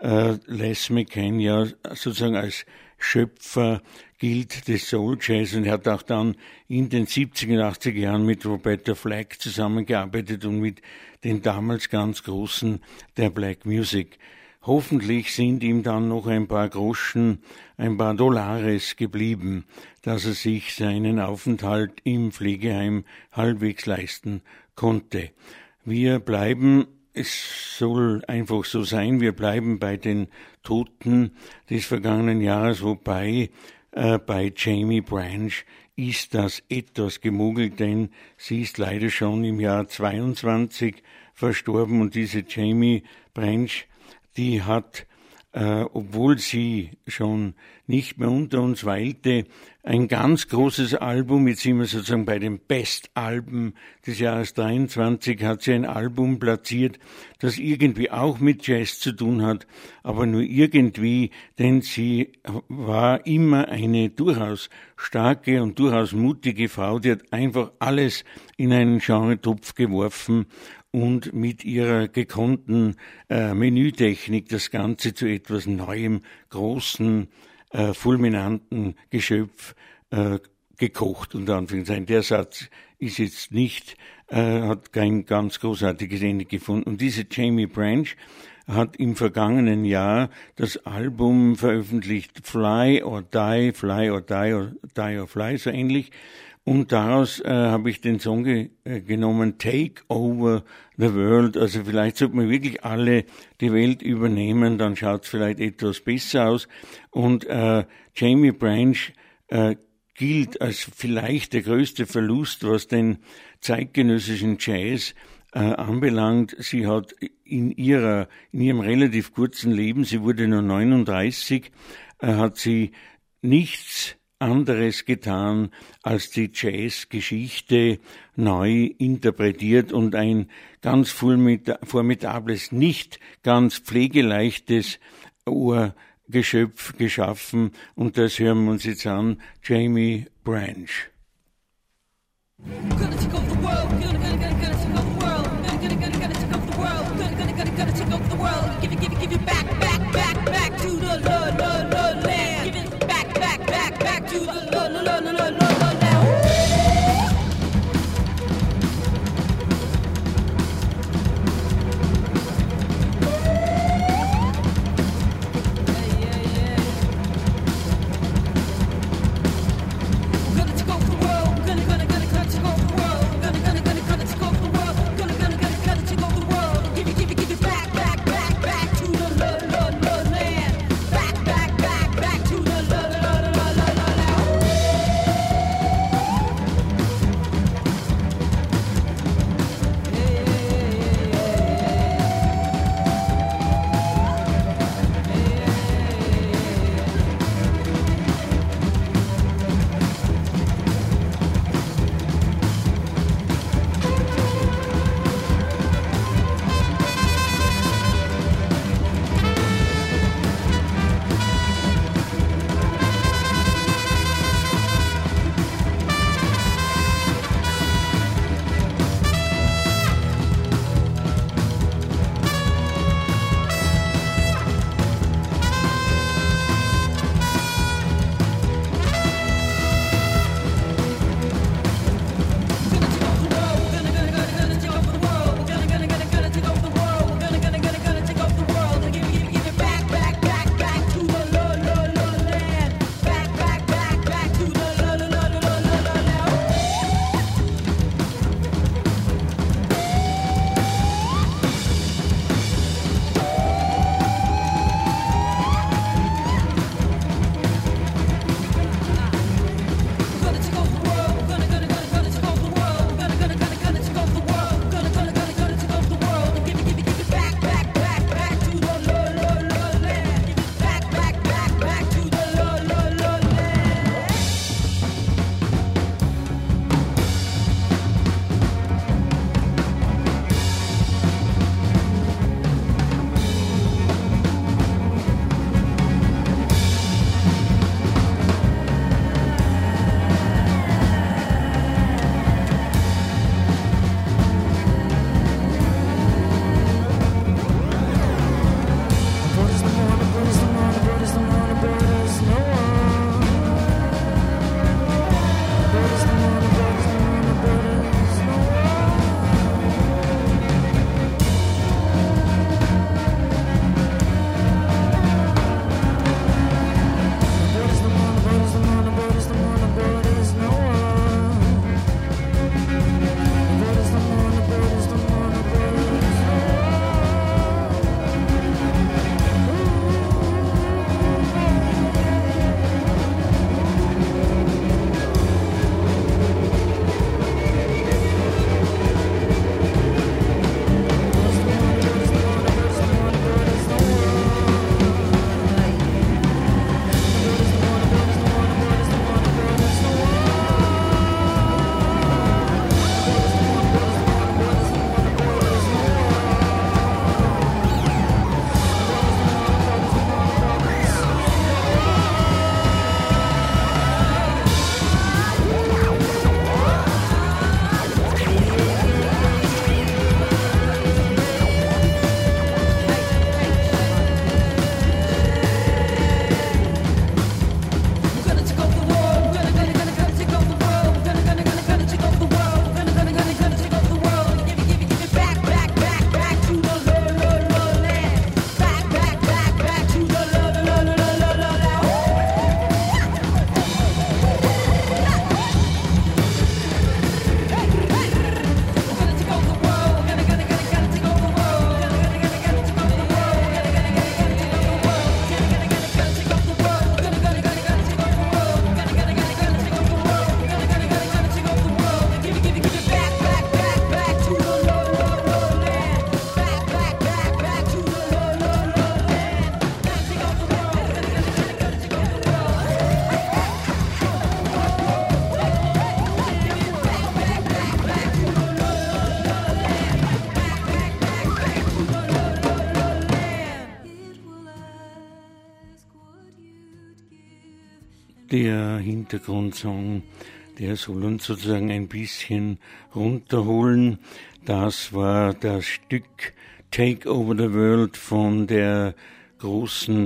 Les McCann ja sozusagen als Schöpfer gilt des Soul Jazz, und er hat auch dann in den 70er und 80er Jahren mit Roberta Flack zusammengearbeitet und mit den damals ganz Großen der Black Music. Hoffentlich sind ihm dann noch ein paar Groschen, ein paar Dollares geblieben, dass er sich seinen Aufenthalt im Pflegeheim halbwegs leisten konnte. Wir bleiben, es soll einfach so sein, wir bleiben bei den Toten des vergangenen Jahres, wobei bei Jamie Branch ist das etwas gemogelt, denn sie ist leider schon im Jahr 22 verstorben, und diese Jamie Branch, die hat obwohl sie schon nicht mehr unter uns weilte, ein ganz großes Album. Jetzt sind wir sozusagen bei den Bestalben des Jahres 23, hat sie ein Album platziert, das irgendwie auch mit Jazz zu tun hat, aber nur irgendwie, denn sie war immer eine durchaus starke und durchaus mutige Frau, die hat einfach alles in einen Genre-Topf geworfen und mit ihrer gekonnten Menütechnik das Ganze zu etwas Neuem, großen, fulminanten Geschöpf gekocht, unter Anführungszeichen. Der Satz ist jetzt nicht, hat kein ganz großartiges Ende gefunden. Und diese Jamie Branch hat im vergangenen Jahr das Album veröffentlicht, Fly or Die, Fly or Die or Die or Fly, so ähnlich. Und daraus habe ich den Song genommen, Take Over the World. Also vielleicht sollte man wirklich alle die Welt übernehmen, dann schaut es vielleicht etwas besser aus. Und Jamie Branch gilt als vielleicht der größte Verlust, was den zeitgenössischen Jazz anbelangt. Sie hat in ihrem relativ kurzen Leben, sie wurde nur 39, hat sie nichts anderes getan, als die Jazzgeschichte neu interpretiert und ein ganz formidables, nicht ganz pflegeleichtes Ohrgeschöpf geschaffen. Und das hören wir uns jetzt an, Jamie Branch. Gonna take over the world, gonna take over the world, gonna take over the world, gonna take over the world, give it back to the land, give it back to the land. Gonna take over the world, gonna take over the world, gonna take over der Hintergrundsong, der soll uns sozusagen ein bisschen runterholen. Das war das Stück Take Over the World vom großen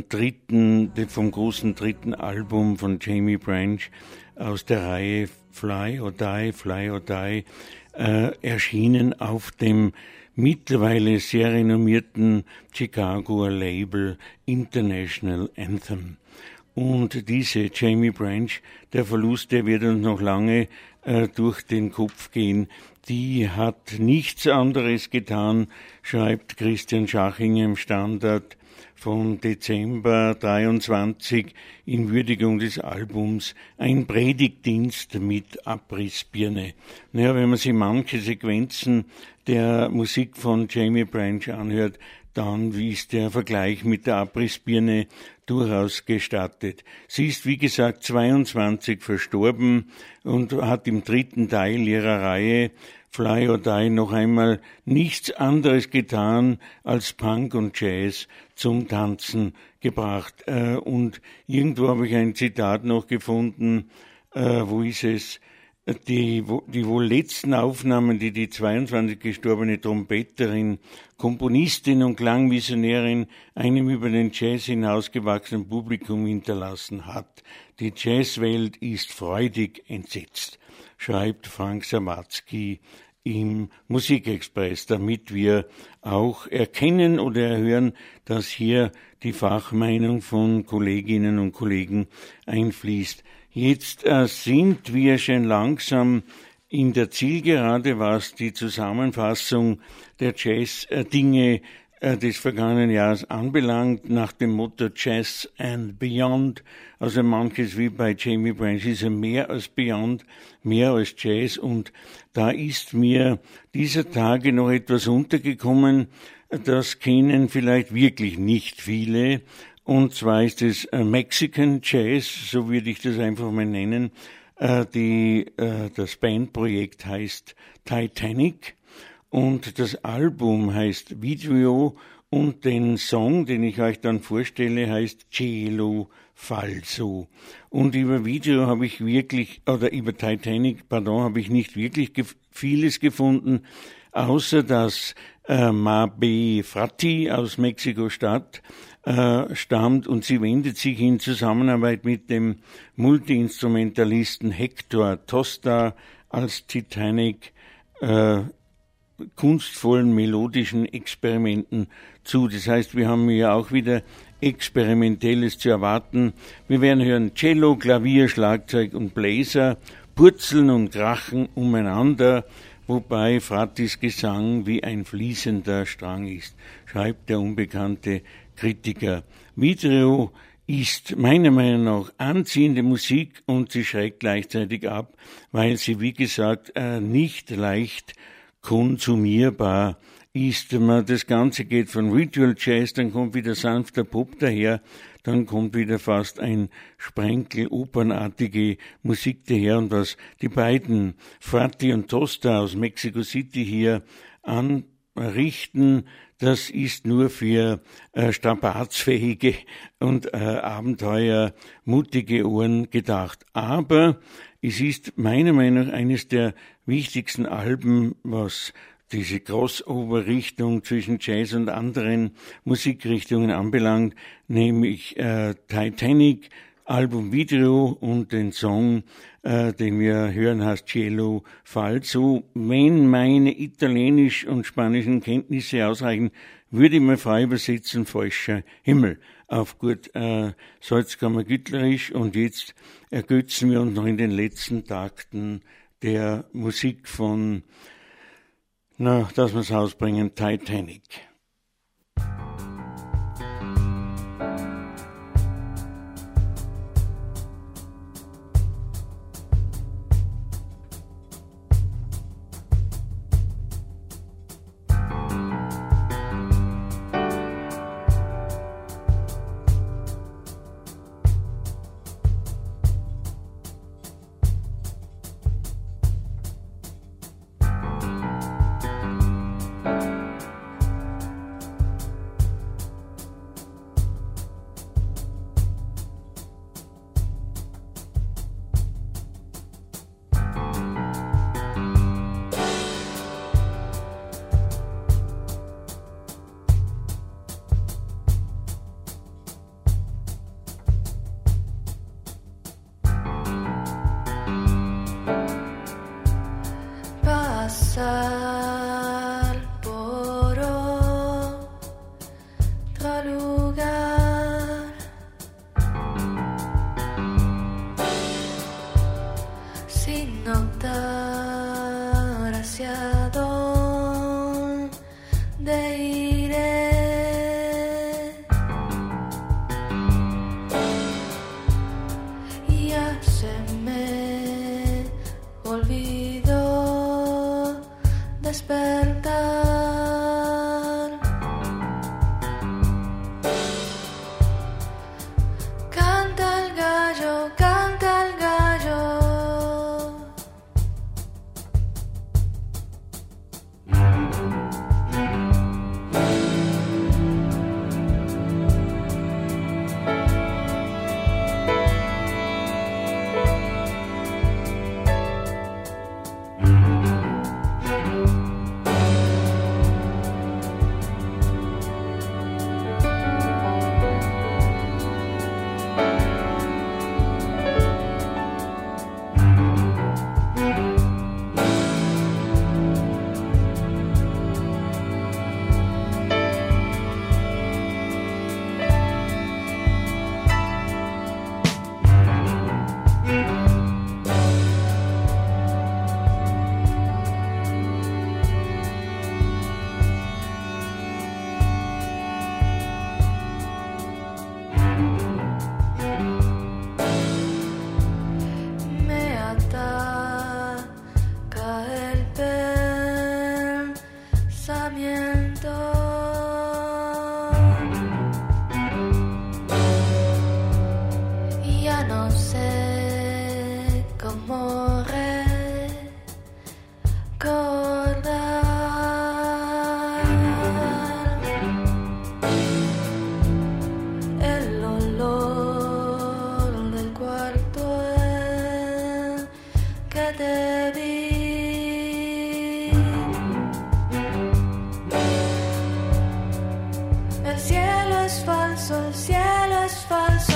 dritten Album von Jamie Branch aus der Reihe Fly or Die, erschienen auf dem mittlerweile sehr renommierten Chicagoer Label International Anthem. Und diese Jamie Branch, der Verlust, der wird uns noch lange durch den Kopf gehen. Die hat nichts anderes getan, schreibt Christian Schachinger im Standard vom Dezember 23 in Würdigung des Albums, ein Predigtdienst mit Abrissbirne. Naja, wenn man sich manche Sequenzen der Musik von Jamie Branch anhört, dann ist der Vergleich mit der Abrissbirne durchaus gestattet. Sie ist, wie gesagt, 22 verstorben und hat im dritten Teil ihrer Reihe Fly or Die noch einmal nichts anderes getan als Punk und Jazz zum Tanzen gebracht. Und irgendwo habe ich ein Zitat noch gefunden, wo ist es? Die wohl letzten Aufnahmen, die 22 gestorbene Trompeterin, Komponistin und Klangvisionärin einem über den Jazz hinausgewachsenen Publikum hinterlassen hat. Die Jazzwelt ist freudig entsetzt, schreibt Frank Sawatzki im Musikexpress, damit wir auch erkennen oder erhören, dass hier die Fachmeinung von Kolleginnen und Kollegen einfließt. Jetzt sind wir schon langsam in der Zielgerade, was die Zusammenfassung der Jazz-Dinge des vergangenen Jahres anbelangt, nach dem Motto Jazz and Beyond. Also manches wie bei Jamie Branch ist ja mehr als Beyond, mehr als Jazz. Und da ist mir dieser Tage noch etwas untergekommen, das kennen vielleicht wirklich nicht viele. Und zwar ist es Mexican Jazz, so würde ich das einfach mal nennen. Das Bandprojekt heißt Titanic und das Album heißt Video und den Song, den ich euch dann vorstelle, heißt Cielo Falso. Und über Video habe ich über Titanic, habe ich nicht wirklich vieles gefunden, außer dass Mabe Fratti aus Mexiko-Stadt stammt und sie wendet sich in Zusammenarbeit mit dem Multiinstrumentalisten Hector Tosta als Titanic kunstvollen melodischen Experimenten zu. Das heißt, wir haben ja auch wieder Experimentelles zu erwarten. Wir werden hören Cello, Klavier, Schlagzeug und Bläser, purzeln und krachen umeinander, wobei Frattis Gesang wie ein fließender Strang ist, schreibt der unbekannte Kritiker. Video ist meiner Meinung nach anziehende Musik und sie schreckt gleichzeitig ab, weil sie, wie gesagt, nicht leicht konsumierbar ist. Das Ganze geht von Ritual Jazz, dann kommt wieder sanfter Pop daher, dann kommt wieder fast ein Sprenkel opernartige Musik daher. Und was die beiden, Fratti und Tosta aus Mexico City hier anrichten, das ist nur für strapatzfähige und abenteuermutige Ohren gedacht. Aber es ist meiner Meinung nach eines der wichtigsten Alben, was diese Crossover-Richtung zwischen Jazz und anderen Musikrichtungen anbelangt, nämlich Titanic, Album Video und den Song, den wir hören, heißt Cielo Falso. Wenn meine italienisch und spanischen Kenntnisse ausreichen, würde ich mal frei übersetzen, falscher Himmel. Auf gut Salzkammergütlerisch. Und jetzt ergötzen wir uns noch in den letzten Takten der Musik von, dass wir es ausbringen, Titanic. de iré. Ya se me olvidó despertar. Canta el gallo, canta el gallo. Me ataca el pensamiento. Y ya no sé cómo recordar el olor del cuarto en que te vi. El cielo es falso, el cielo es falso.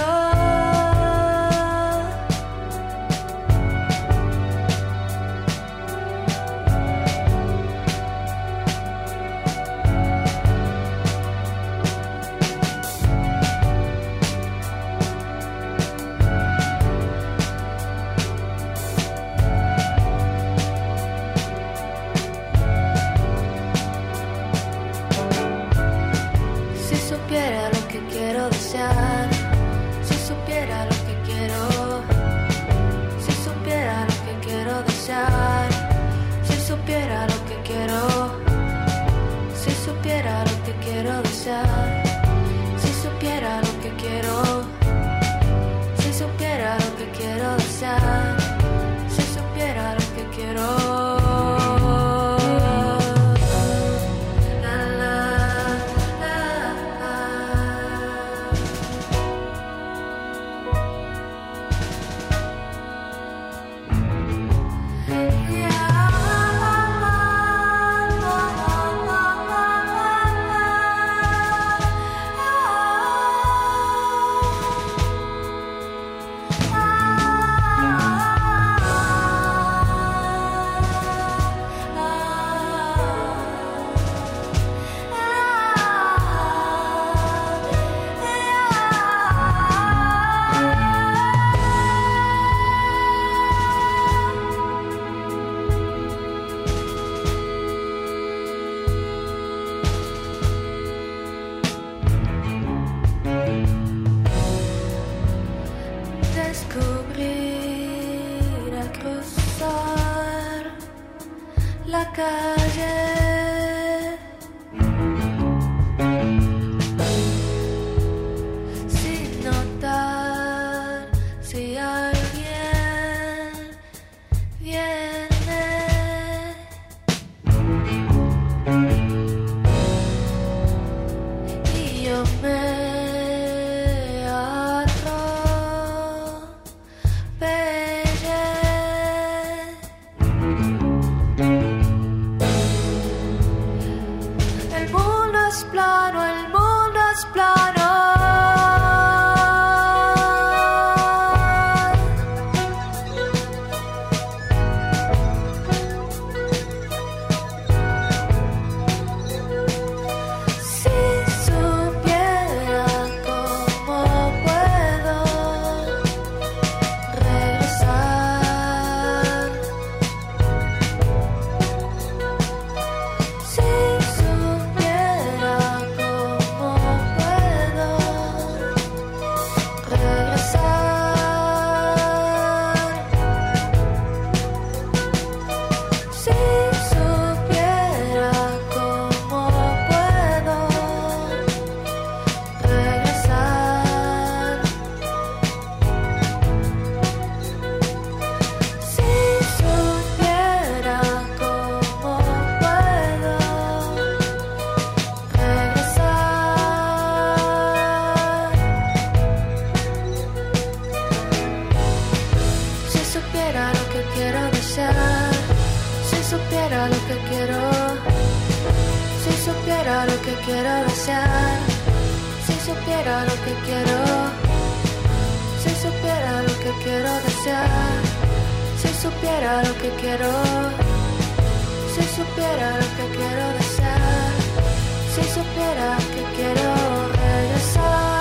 Si supiera lo que quiero desear, si supiera lo que quiero, si supiera lo que quiero desear, si supiera lo que quiero, si supiera lo que quiero desear, si supiera lo que quiero, si supiera lo que quiero desear, si supiera lo que quiero. La, la, la, la. Descubrir al cruzar la calle sin notar si alguien viene. Y yo me atropellé. El mundo es plano, el mundo es plano. Si supiera cómo puedo regresar, si supiera quiero desear. Si supiera lo que quiero, si supiera lo que quiero desear, si supiera lo que quiero, si supiera lo que quiero desear, si supiera que quiero regresar.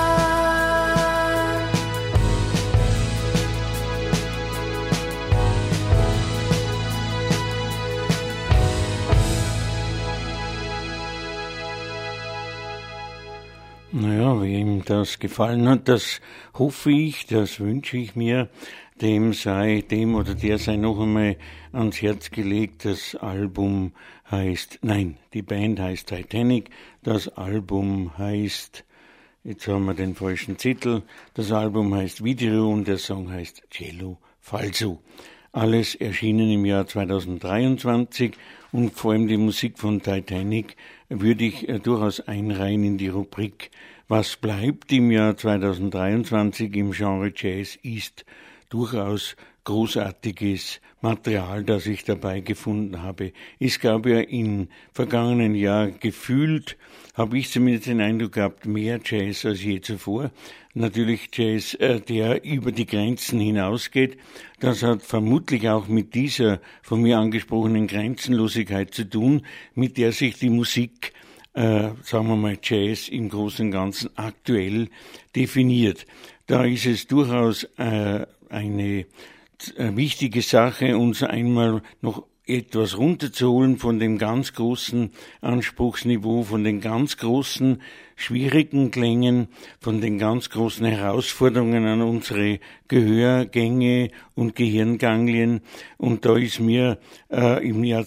Naja, wem das gefallen hat, das hoffe ich, das wünsche ich mir, dem oder der sei noch einmal ans Herz gelegt. Das Album heißt, nein, die Band heißt Titanic, das Album heißt, jetzt haben wir den falschen Titel, das Album heißt Video und der Song heißt Cello Falso. Alles erschienen im Jahr 2023 und vor allem die Musik von Titanic würde ich durchaus einreihen in die Rubrik Was bleibt im Jahr 2023 im Genre Jazz ist durchaus großartiges Material, das ich dabei gefunden habe. Es gab ja im vergangenen Jahr gefühlt, habe ich zumindest den Eindruck gehabt, mehr Jazz als je zuvor. Natürlich Jazz, der über die Grenzen hinausgeht. Das hat vermutlich auch mit dieser von mir angesprochenen Grenzenlosigkeit zu tun, mit der sich die Musik, sagen wir mal Jazz im Großen und Ganzen aktuell definiert. Da ist es durchaus eine wichtige Sache, uns einmal noch etwas runterzuholen von dem ganz großen Anspruchsniveau, von den ganz großen schwierigen Klängen, von den ganz großen Herausforderungen an unsere Gehörgänge und Gehirnganglien. Und da ist mir im Jahr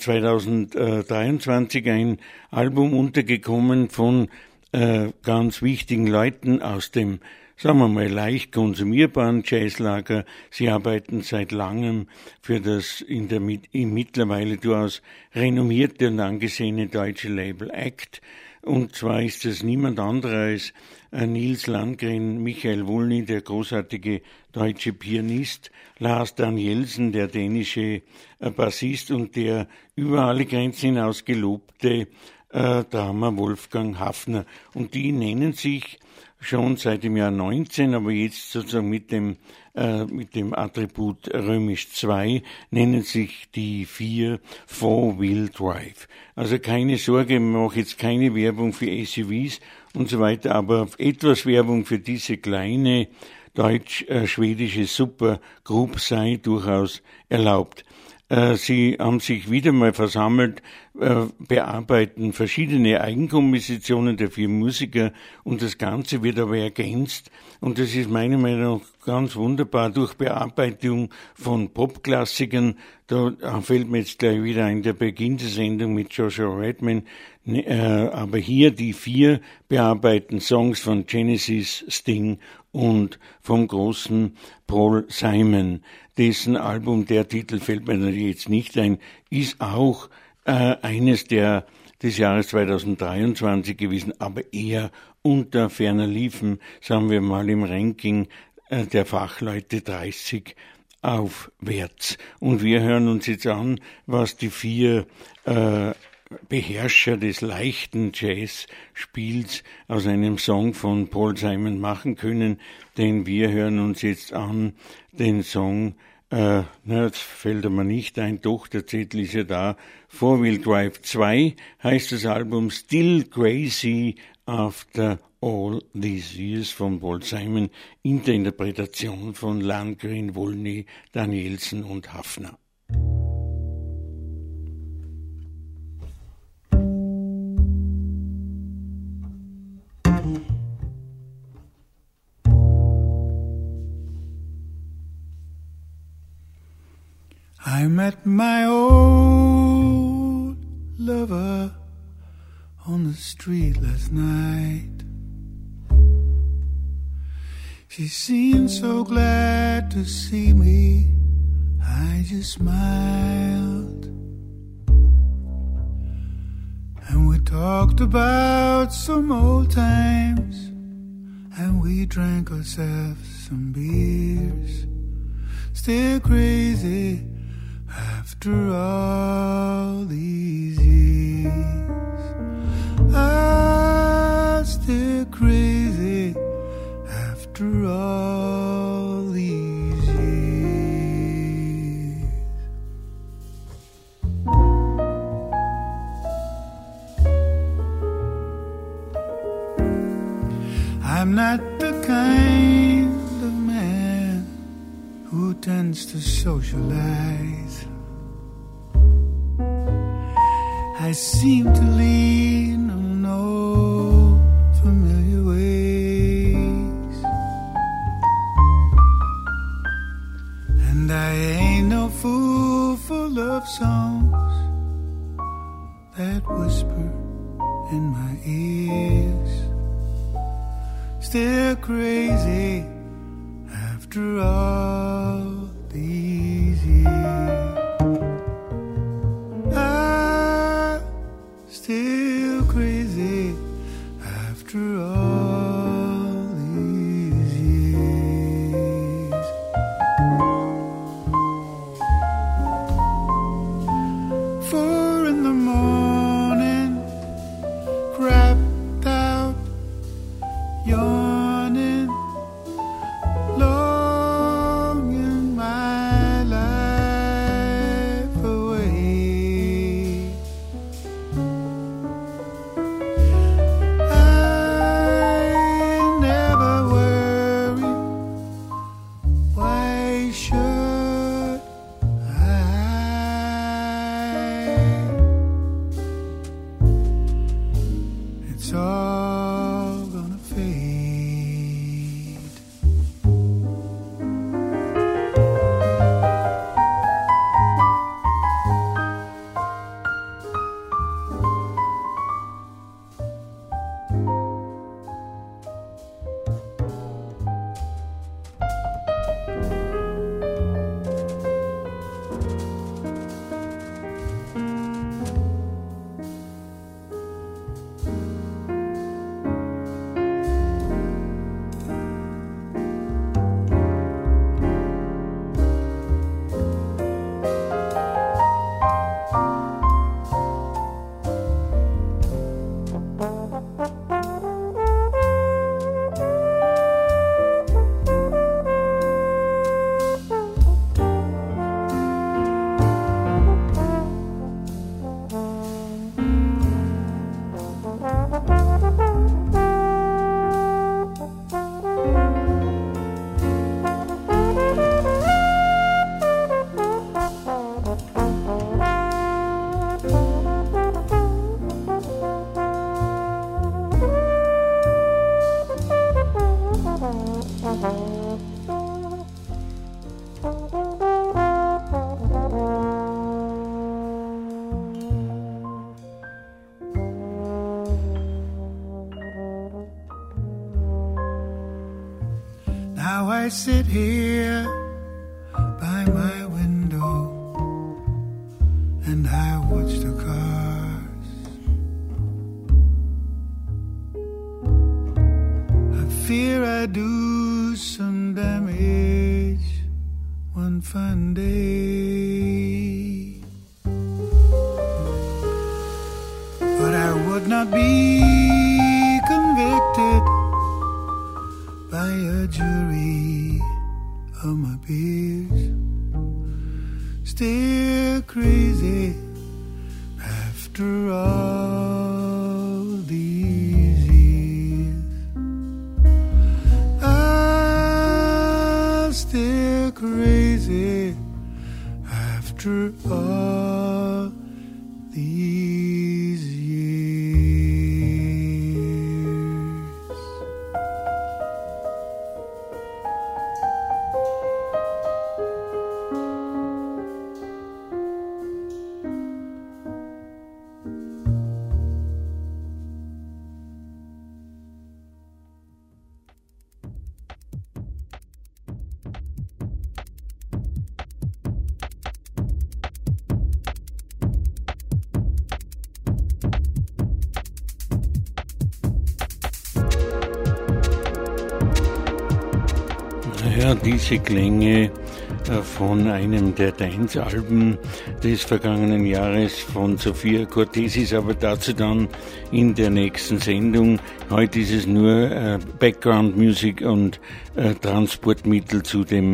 2023 ein Album untergekommen von ganz wichtigen Leuten aus dem, sagen wir mal, leicht konsumierbaren Jazzlager. Sie arbeiten seit langem für das mittlerweile durchaus renommierte und angesehene deutsche Label ACT. Und zwar ist es niemand anderer als Nils Landgren, Michael Wolny, der großartige deutsche Pianist, Lars Danielsen, der dänische Bassist und der über alle Grenzen hinaus gelobte Drama Wolfgang Hafner. Und die nennen sich schon seit dem Jahr 19, aber jetzt sozusagen mit dem Attribut römisch 2 nennen sich die 4 Four-Wheel Drive. Also keine Sorge, ich mache jetzt keine Werbung für SUVs und so weiter, aber etwas Werbung für diese kleine deutsch-schwedische Supergroup sei durchaus erlaubt. Sie haben sich wieder mal versammelt, bearbeiten verschiedene Eigenkompositionen der 4 Musiker und das Ganze wird aber ergänzt und das ist meiner Meinung nach ganz wunderbar durch Bearbeitung von Popklassikern. Da fällt mir jetzt gleich wieder ein der Beginn der Sendung mit Joshua Redman, aber hier die 4 bearbeiten Songs von Genesis, Sting und vom großen Paul Simon. Dessen Album, der Titel fällt mir natürlich jetzt nicht ein, ist auch eines des Jahres 2023 gewesen, aber eher unter ferner liefen, sagen wir mal im Ranking der Fachleute 30 aufwärts. Und wir hören uns jetzt an, was die 4 Beherrscher des leichten Jazzspiels aus einem Song von Paul Simon machen können, denn wir hören uns jetzt an den Song, jetzt fällt mir nicht ein, doch, der Zettel ist ja da, Four-Wheel Drive 2 heißt das Album, Still Crazy After All These Years von Paul Simon in der Interpretation von Landgren, Wolny, Danielsen und Hafner. I met my old lover on the street last night. She seemed so glad to see me. I just smiled. And we talked about some old times. And we drank ourselves some beers. Still crazy after all these years. I I'm not the kind of man who tends to socialize. I seem to lean on old familiar ways, and I ain't no fool for love songs that whisper in my ears. Still crazy after all these years. I'm still crazy after all these years. 4 in the morning, crapped out, yawning, longing my life away. I never worry, why should I? It's all gonna fade. Now I sit here by my window and I watch the cars. I fear I do some damage one fine day, but I would not be convicted by a jury of my peers. Still crazy after all these years. I'm still crazy after all these years. Ja, diese Klänge von einem der Dance-Alben des vergangenen Jahres von Sophia Cortesis, aber dazu dann in der nächsten Sendung. Heute ist es nur Background-Music und Transportmittel zu dem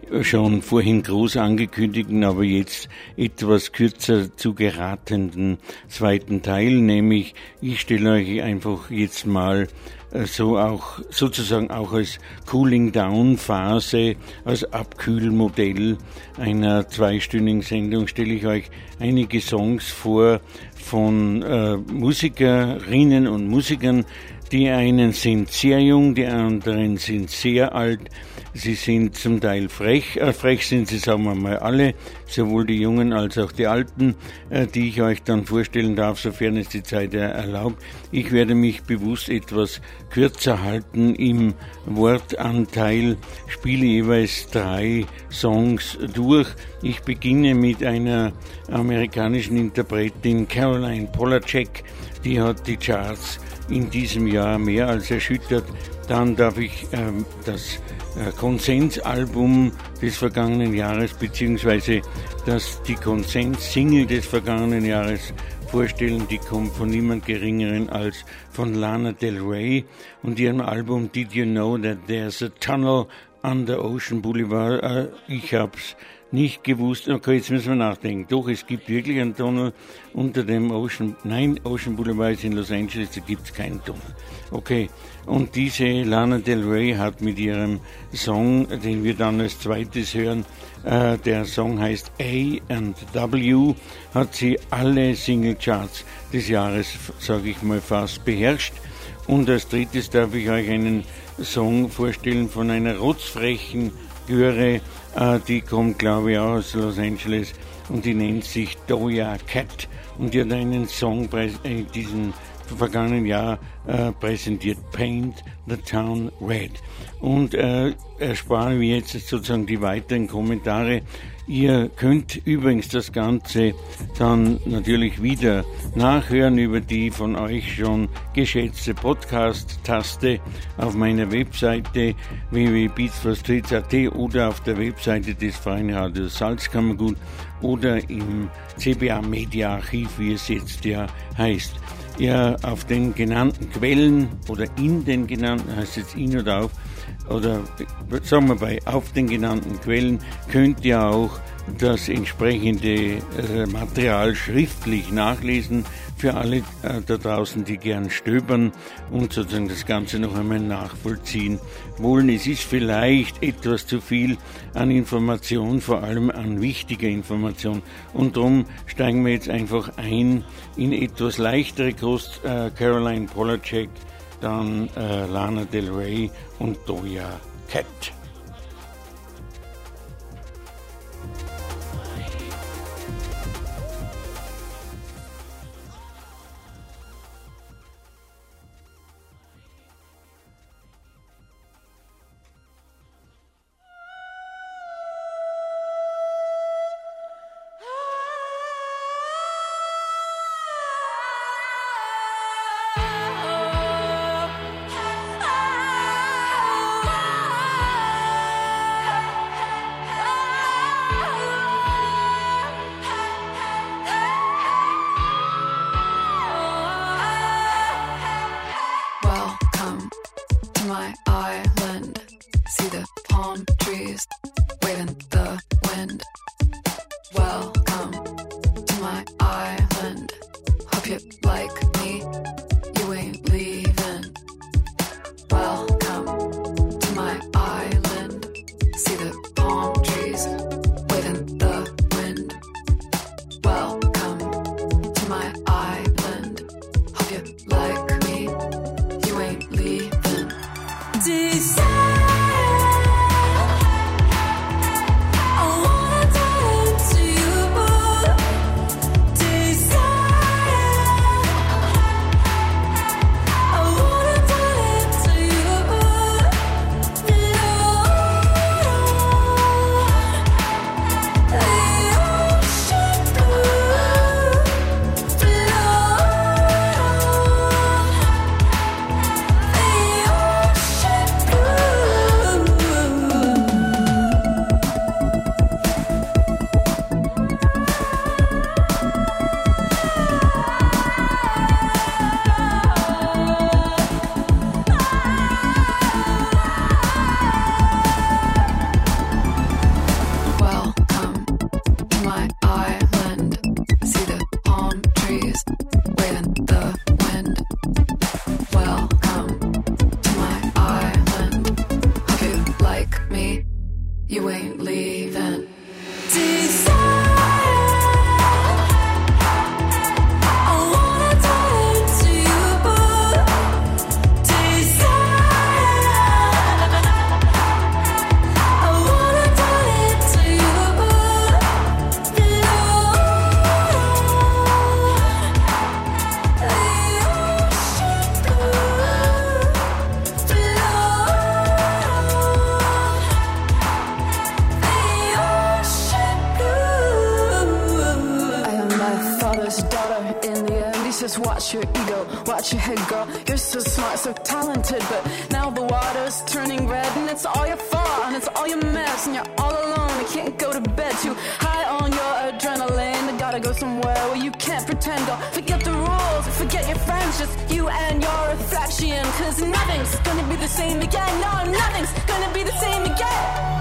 schon vorhin groß angekündigten, aber jetzt etwas kürzer zu geratenden zweiten Teil, nämlich ich stelle euch einfach jetzt mal so auch sozusagen auch als Cooling-Down-Phase, als Abkühlmodell einer 2-stündigen Sendung stelle ich euch einige Songs vor von Musikerinnen und Musikern. Die einen sind sehr jung, die anderen sind sehr alt. Sie sind zum Teil frech. Frech sind sie, sagen wir mal, alle, sowohl die Jungen als auch die Alten, die ich euch dann vorstellen darf, sofern es die Zeit erlaubt. Ich werde mich bewusst etwas kürzer halten im Wortanteil, spiele jeweils 3 Songs durch. Ich beginne mit einer amerikanischen Interpretin, Caroline Polachek, die hat die Charts in diesem Jahr mehr als erschüttert. Dann darf ich das Konsensalbum des vergangenen Jahres beziehungsweise die Konsens-Single des vergangenen Jahres vorstellen. Die kommt von niemand Geringeren als von Lana Del Rey und ihrem Album Did You Know That There's a Tunnel under Ocean Boulevard? Ich hab's nicht gewusst. Okay, jetzt müssen wir nachdenken. Doch, es gibt wirklich einen Tunnel unter dem Ocean Boulevard ist in Los Angeles, da gibt es keinen Tunnel. Okay, und diese Lana Del Rey hat mit ihrem Song, den wir dann als zweites hören, der Song heißt A&W, hat sie alle Singlecharts des Jahres, sage ich mal, fast beherrscht. Und als drittes darf ich euch einen Song vorstellen von einer rotzfrechen Göre, die kommt, glaube ich, auch aus Los Angeles und die nennt sich Doja Cat und die hat einen Song in diesem vergangenen Jahr präsentiert, Paint the Town Red. Und ersparen wir jetzt sozusagen die weiteren Kommentare. Ihr könnt übrigens das Ganze dann natürlich wieder nachhören über die von euch schon geschätzte Podcast-Taste auf meiner Webseite www.beatsforstreets.at oder auf der Webseite des Freien Radios Salzkammergut oder im CBA Media Archiv, wie es jetzt ja heißt. Ja, auf den genannten Quellen oder in den genannten, heißt jetzt in oder auf, oder sagen wir auf den genannten Quellen könnt ihr auch das entsprechende Material schriftlich nachlesen für alle da draußen, die gern stöbern und sozusagen das Ganze noch einmal nachvollziehen wollen. Es ist vielleicht etwas zu viel an Information, vor allem an wichtiger Information, und darum steigen wir jetzt einfach ein in etwas leichtere Kost. Caroline Polachek, dann Lana Del Rey und Doja Cat. Desire you ain't leaving. Watch your ego, watch your head, girl. You're so smart, so talented, but now the water's turning red, and it's all your fault, and it's all your mess, and you're all alone. You can't go to bed, too high on your adrenaline. You gotta go somewhere where you can't pretend. Go forget the rules, forget your friends, just you and your reflection. 'Cause nothing's gonna be the same again. No, nothing's gonna be the same again.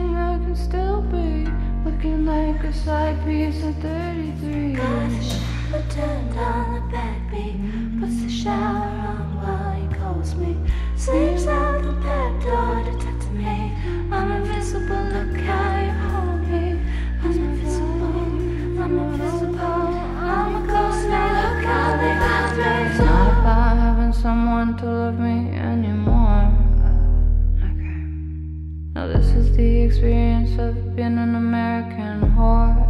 Side piece of 33. Gosh. pretend on the backbeat. Puts the shower on while he calls me. Sleeps out the back door to talk to me. I'm invisible, look how you hold me. I'm invisible, I'm invisible. I'm a ghost now, look how they hold me. It's not about having someone to love me anymore. Okay. Now this is the experience of being an American whore.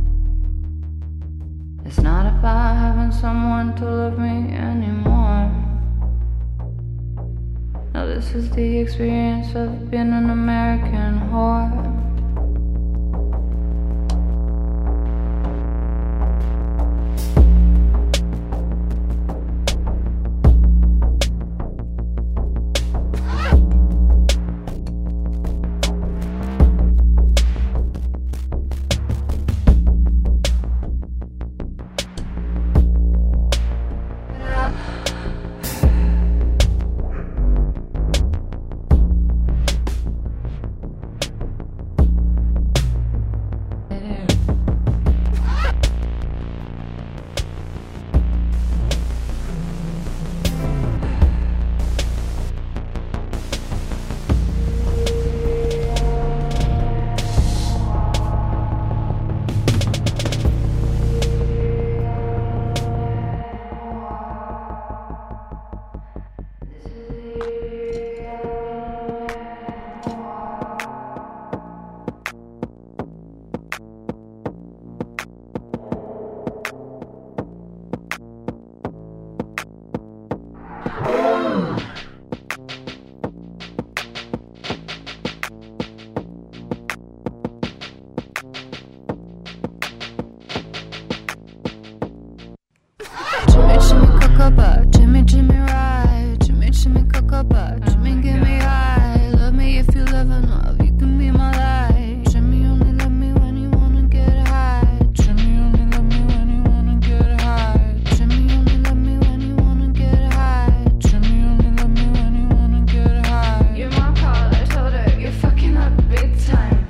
It's not about having someone to love me anymore. Now this is the experience of being an American whore. Jimmy, Jimmy ride, Jimmy, Jimmy cocoa, Jimmy give me high. Love me if you love enough, you can be my light. Jimmy only love me when you wanna get high. Jimmy only love me when you wanna get high. Jimmy only love me when you wanna get high. Jimmy only love me when you wanna get high. Your mom called, I told her you're fucking up big time.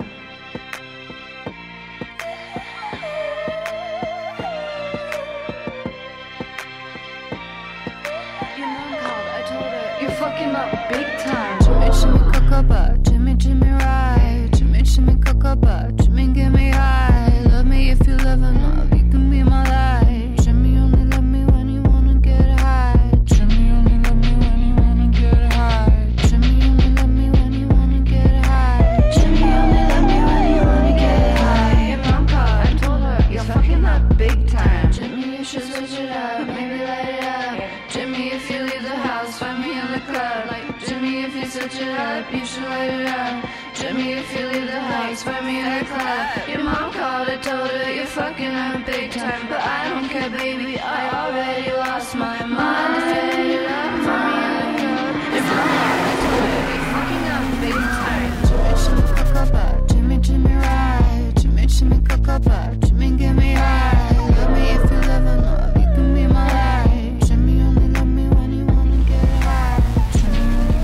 Fucking up big time. Jimmy, Jimmy cocoa, Jimmy, Jimmy ride, Jimmy, Jimmy cocoa, Jimmy give me high. Love me if you love enough, you can be my light. Jimmy only love me when you wanna get high. Jimmy only love me when you wanna get high. Jimmy only love me when you wanna get high. Jimmy only love me when you wanna get high. Your mom called, I told her you're fucking up big time. Jimmy, you should switch it up, maybe light it up. Jimmy, if you leave the house, find me in the club. Like Jimmy, if you switch it up, you should light it up. Jimmy, if you leave the house, find me in the club. Your mom called, I told her you're fucking up big time, but I don't care, baby. I already lost my mind. If you light it up, find me in the club. Your mom called, I told her you're fucking up big time. Jimmy, Jimmy cocoa, Jimmy, Jimmy ride, Jimmy, Jimmy cocoa, Jimmy give me high. Love me if you love enough, you can be my light. Jimmy only love me when you wanna get high. Jimmy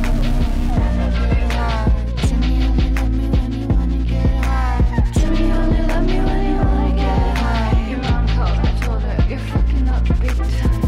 only love me when you wanna get high. Jimmy only love me when you wanna get high. Your mom called, I told her you're fucking up big time.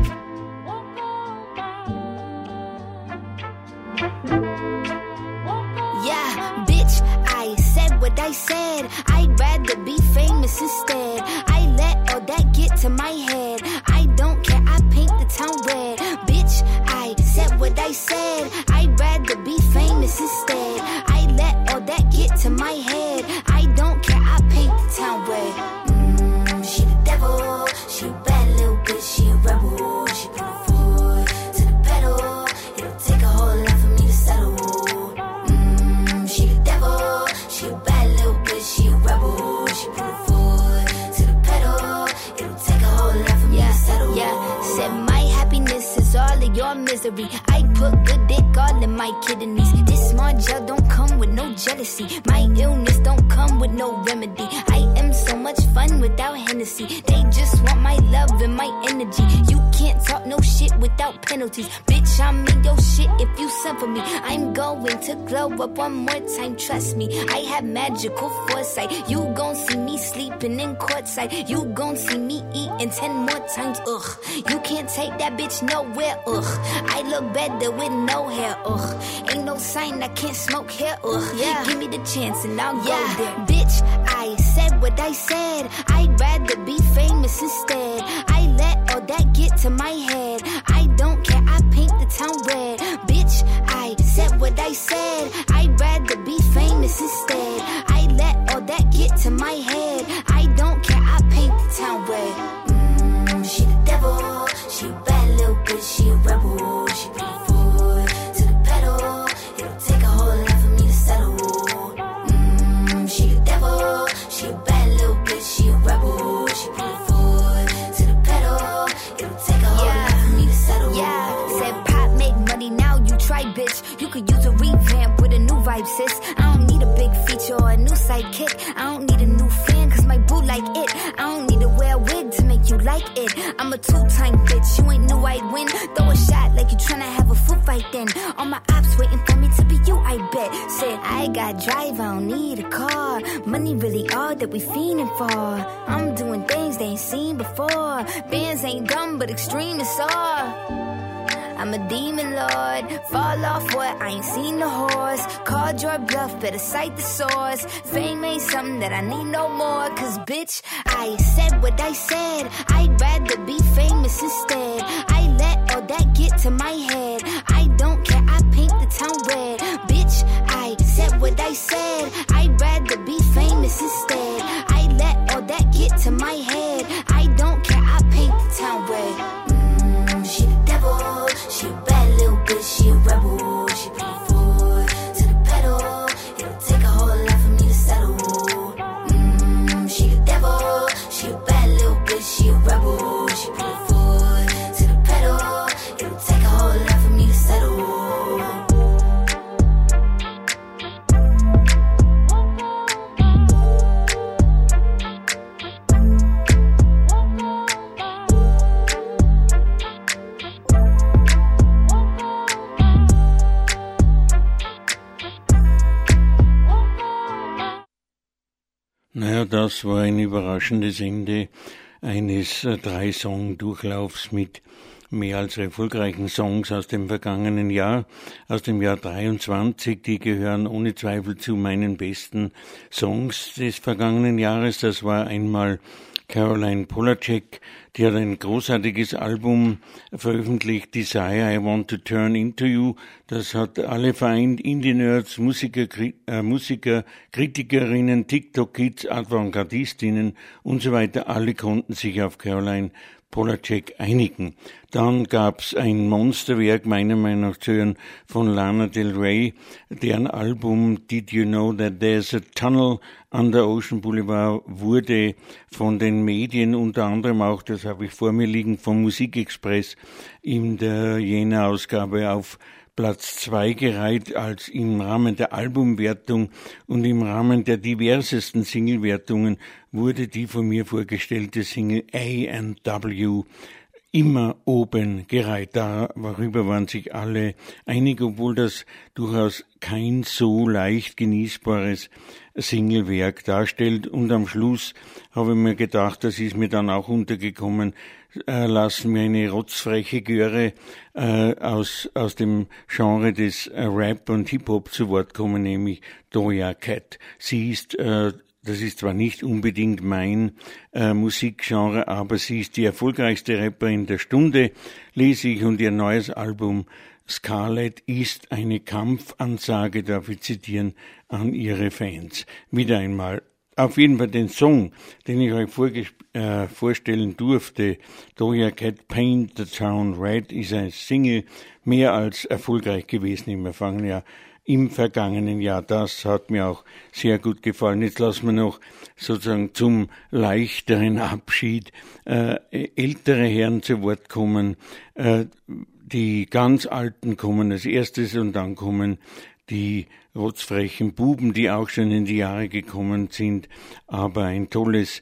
Yeah, bitch, I said what I said. I'd rather be famous instead. I let all that get to my head. I don't care, I paint the town red. Bitch, I said what I said. I'd rather be famous instead. I let all that get to my head. I don't care, I paint the town red. She the devil, she a bad little bitch, she a rebel. She put her foot to the pedal. It'll take a whole lot for me to settle. She the devil, she a bad little bitch, she a rebel. She put her foot to the pedal. It'll take a whole lot for me to settle. Yeah, said my happiness is all of your misery. I put good dick all in my kidneys. This small gel don't come with no jealousy. My illness don't come with no remedy. I am so much fun without Hennessy. They just want my love and my energy. You can't talk no shit without penalties. Bitch, I'm in your shit if you send for me. I'm going to glow up one more time, trust me. I have magical foresight. You gon' see me sleeping sleeping in courtside. You gon' see me eating 10 more times, ugh. You can't take that bitch nowhere, ugh. I look better with no hair, ugh. Ain't no sign I can't smoke here, ugh. Yeah. Give me the chance and I'll go there. Bitch, I said what I said. I'd rather be famous instead. I let all that get to my head. I don't care, I paint the town red. Bitch, I said what I said. I'd rather be famous instead. I let all that get to my head. I don't care, I paint the town red. She the devil, she a bad little bitch, she a rebel. She put her foot to the pedal. It'll take a whole lot for me to settle. She the devil, she a bad little bitch, she a rebel. She put her foot to the pedal. It'll take a whole lot for me to settle. Yeah, said pop make money, now you try, bitch. You could use a revamp with a new vibe, sis. I don't need a big feature or a new sidekick. I don't need a new fan, cause my boo like it. I don't need to wear a wig to make you like it. I'm a two-time bitch, you ain't knew I'd win. Throw a shot like you tryna have a foot fight then. All my ops waiting for me to be you, I bet. Said I got drive, I don't need a car. Money really all that we fiending for. I'm doing things they ain't seen before. Bands ain't dumb, but extreme is all. I'm a demon lord, fall off what, I ain't seen the horse. Called your bluff, better cite the source. Fame ain't something that I need no more. Cause bitch, I said what I said. I'd rather be famous instead. I let all that get to my head. I don't care, I paint the town red. Bitch, I said what I said. I'd rather be famous instead. I let all that get to my head. I don't care, I paint the town red. She the devil, she a bad little bitch, she a rebel. She put her foot to the pedal. It'll take a whole lot for me to settle. She the devil, she a bad little bitch, she a rebel. She put her foot to the pedal. It'll take a whole lot for me to settle. Naja, das war ein überraschendes Ende eines 3-Song-Durchlaufs mit mehr als erfolgreichen Songs aus dem vergangenen Jahr, aus dem Jahr 23. Die gehören ohne Zweifel zu meinen besten Songs des vergangenen Jahres. Das war einmal Caroline Polachek, die hat ein großartiges Album veröffentlicht, Desire, I Want to Turn Into You. Das hat alle vereint, Indie-Nerds, Musiker, Kritikerinnen, TikTok-Kids, Avantgardistinnen und so weiter. Alle konnten sich auf Caroline Polachek einigen. Dann gab's ein Monsterwerk, meiner Meinung nach zu hören, von Lana Del Rey, deren Album Did You Know That There's a Tunnel Under Ocean Boulevard wurde von den Medien, unter anderem auch, das habe ich vor mir liegen, vom Musikexpress in der Jänner-Ausgabe auf Platz 2 gereiht, als im Rahmen der Albumwertung und im Rahmen der diversesten Singlewertungen wurde die von mir vorgestellte Single A&W immer oben gereiht. Darüber waren sich alle einig, obwohl das durchaus kein so leicht genießbares Singlewerk darstellt. Und am Schluss habe ich mir gedacht, das ist mir dann auch untergekommen, lassen wir eine rotzfreche Göre aus dem Genre des Rap und Hip-Hop zu Wort kommen, nämlich Doja Cat. Sie ist, das ist zwar nicht unbedingt mein Musikgenre, aber sie ist die erfolgreichste Rapperin der Stunde, lese ich, und ihr neues Album Scarlet ist eine Kampfansage, darf ich zitieren, an ihre Fans. Wieder einmal. Auf jeden Fall den Song, den ich euch vorstellen durfte, Doja Cat, Paint the Town Red, ist ein Single mehr als erfolgreich gewesen im vergangenen Jahr. Das hat mir auch sehr gut gefallen. Jetzt lassen wir noch sozusagen zum leichteren Abschied ältere Herren zu Wort kommen. Die ganz Alten kommen als erstes und dann kommen die rotzfrechen Buben, die auch schon in die Jahre gekommen sind, aber ein tolles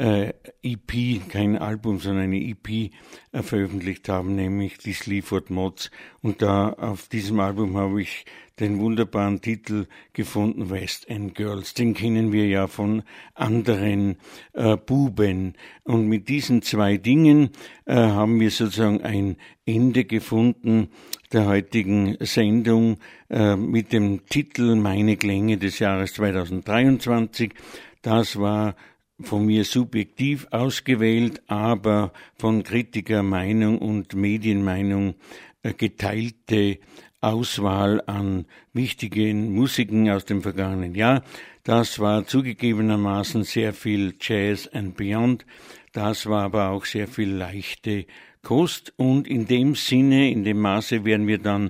EP, kein Album, sondern eine EP veröffentlicht haben, nämlich die Sleaford Mods. Und da auf diesem Album habe ich den wunderbaren Titel gefunden, West End Girls. Den kennen wir ja von anderen Buben. Und mit diesen zwei Dingen haben wir sozusagen ein Ende gefunden der heutigen Sendung mit dem Titel Meine Klänge des Jahres 2023. Das war von mir subjektiv ausgewählt, aber von Kritikermeinung und Medienmeinung geteilte Auswahl an wichtigen Musiken aus dem vergangenen Jahr. Das war zugegebenermaßen sehr viel Jazz and Beyond, das war aber auch sehr viel leichte Kost und in dem Sinne, in dem Maße werden wir dann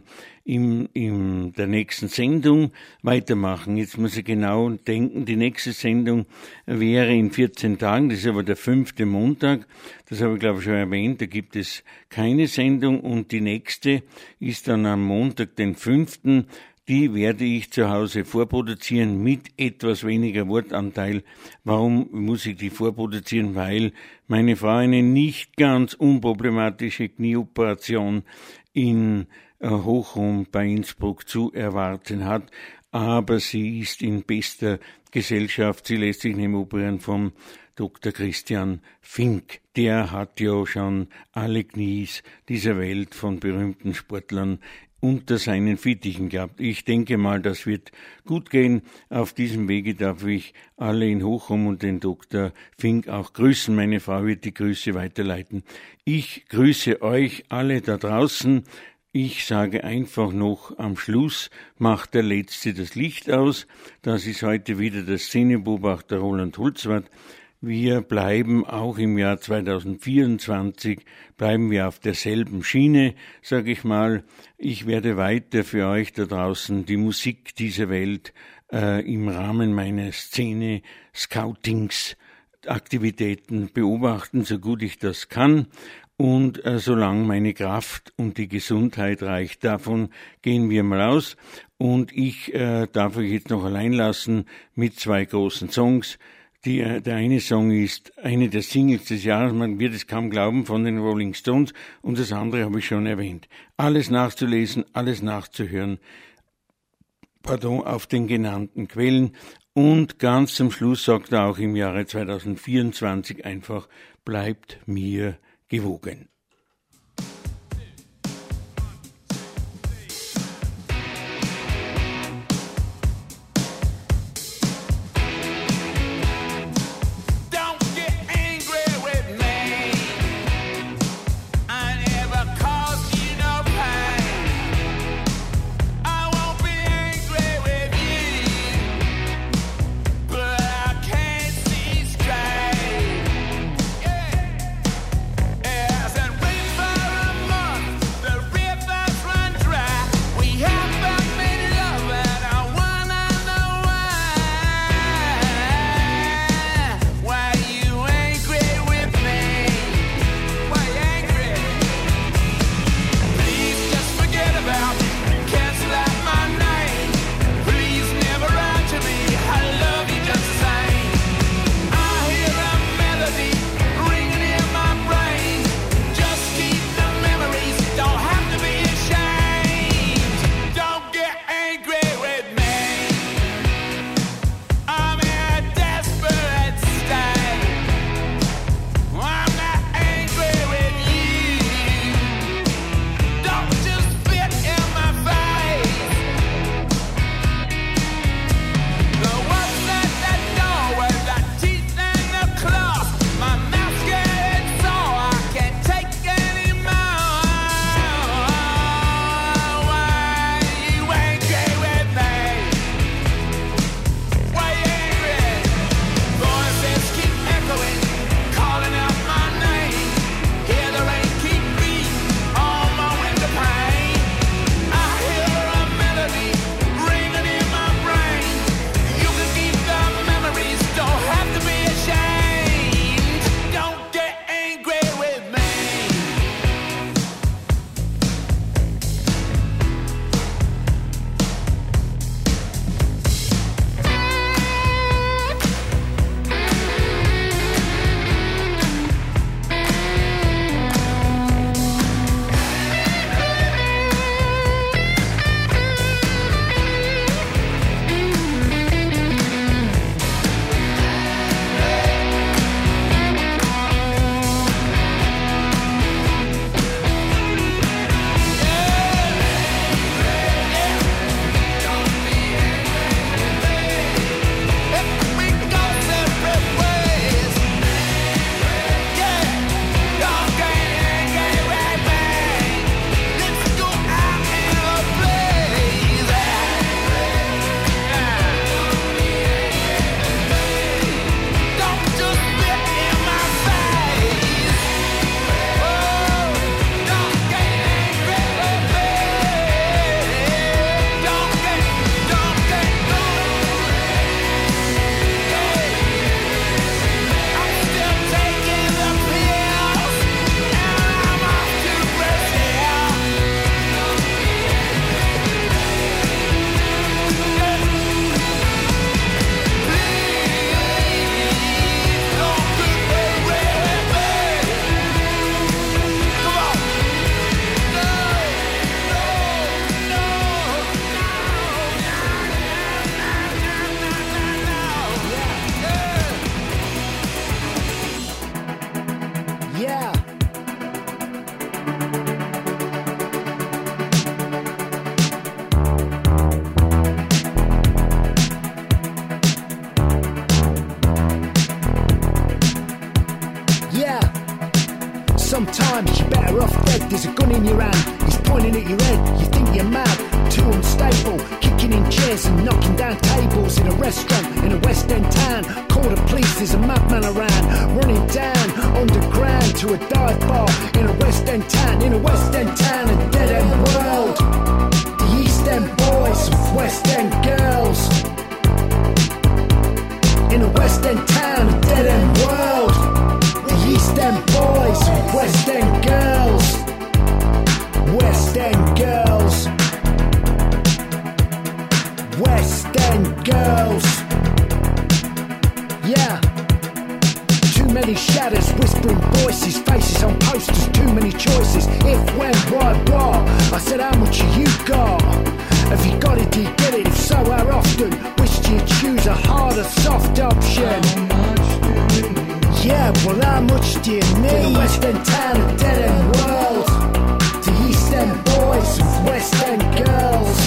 in der nächsten Sendung weitermachen. Jetzt muss ich genau denken, die nächste Sendung wäre in 14 Tagen, das ist aber der 5. Montag, das habe ich glaube ich schon erwähnt, da gibt es keine Sendung und die nächste ist dann am Montag, den 5., die werde ich zu Hause vorproduzieren mit etwas weniger Wortanteil. Warum muss ich die vorproduzieren? Weil meine Frau eine nicht ganz unproblematische Knieoperation in Hochrum bei Innsbruck zu erwarten hat. Aber sie ist in bester Gesellschaft. Sie lässt sich nämlich operieren vom Dr. Christian Fink. Der hat ja schon alle Knies dieser Welt von berühmten Sportlern unter seinen Fittichen gehabt. Ich denke mal, das wird gut gehen. Auf diesem Wege darf ich alle in Hochrum und den Dr. Fink auch grüßen. Meine Frau wird die Grüße weiterleiten. Ich grüße euch alle da draußen. Ich sage einfach noch am Schluss, macht der Letzte das Licht aus. Das ist heute wieder der Szenebeobachter Roland Holzwarth. Wir bleiben auch im Jahr 2024, bleiben wir auf derselben Schiene, sage ich mal. Ich werde weiter für euch da draußen die Musik dieser Welt im Rahmen meiner Szene-Scoutings-Aktivitäten beobachten, so gut ich das kann. Und solange meine Kraft und die Gesundheit reicht, davon gehen wir mal aus. Und ich darf euch jetzt noch allein lassen mit 2 großen Songs. Der eine Song ist eine der Singles des Jahres, man wird es kaum glauben, von den Rolling Stones, und das andere habe ich schon erwähnt. Alles nachzulesen, alles nachzuhören, auf den genannten Quellen. Und ganz zum Schluss sagt er auch im Jahre 2024 einfach, bleibt mir gewogen. Yes, and sometimes you're better off dead. There's a gun in your hand, he's pointing at your head. You think you're mad, too unstable, kicking in chairs and knocking down tables in a restaurant in a West End town. Call the police, there's a madman around, running down underground to a dive bar in a West End town, in a West End town, a dead end world. The East End boys with West End girls. In a West End town, a dead end world. The East End boys with West End girls. West End girls. West End girls. Yeah. Too many shadows, whispering voices, faces on posters, too many choices. If, when, why, what? I said, how much have you got? Have you got it, do you get it? If so, how often? Wished you'd choose a harder, soft option. Yeah, well, how much do you need? In a West End town, a dead end world. The East End boys with West End girls.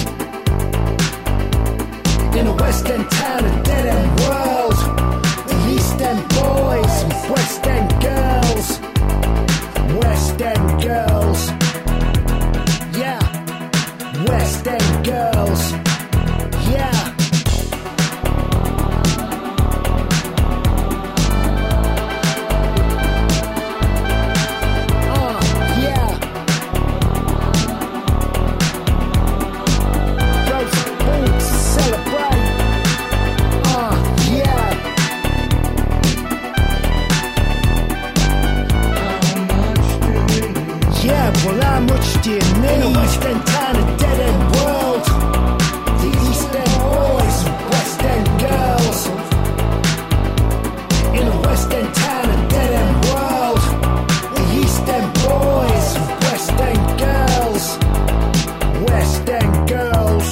In a West End town, a dead end world. The East End boys with West End girls. West End girls. Yeah. West End girls. Yeah. Well, how much do you need? In a West End town, a dead end world. The East End boys and West End girls. In a West End town, a dead end world. The East End boys and West End girls. West End girls.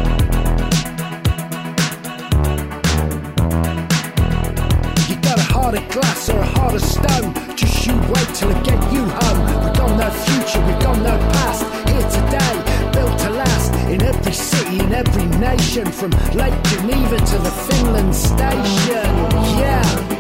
You got a heart of glass or a heart of stone. Just you wait till I get you home. We got no future, we got no past. Here today, built to last. In every city, in every nation, from Lake Geneva to the Finland station. Yeah.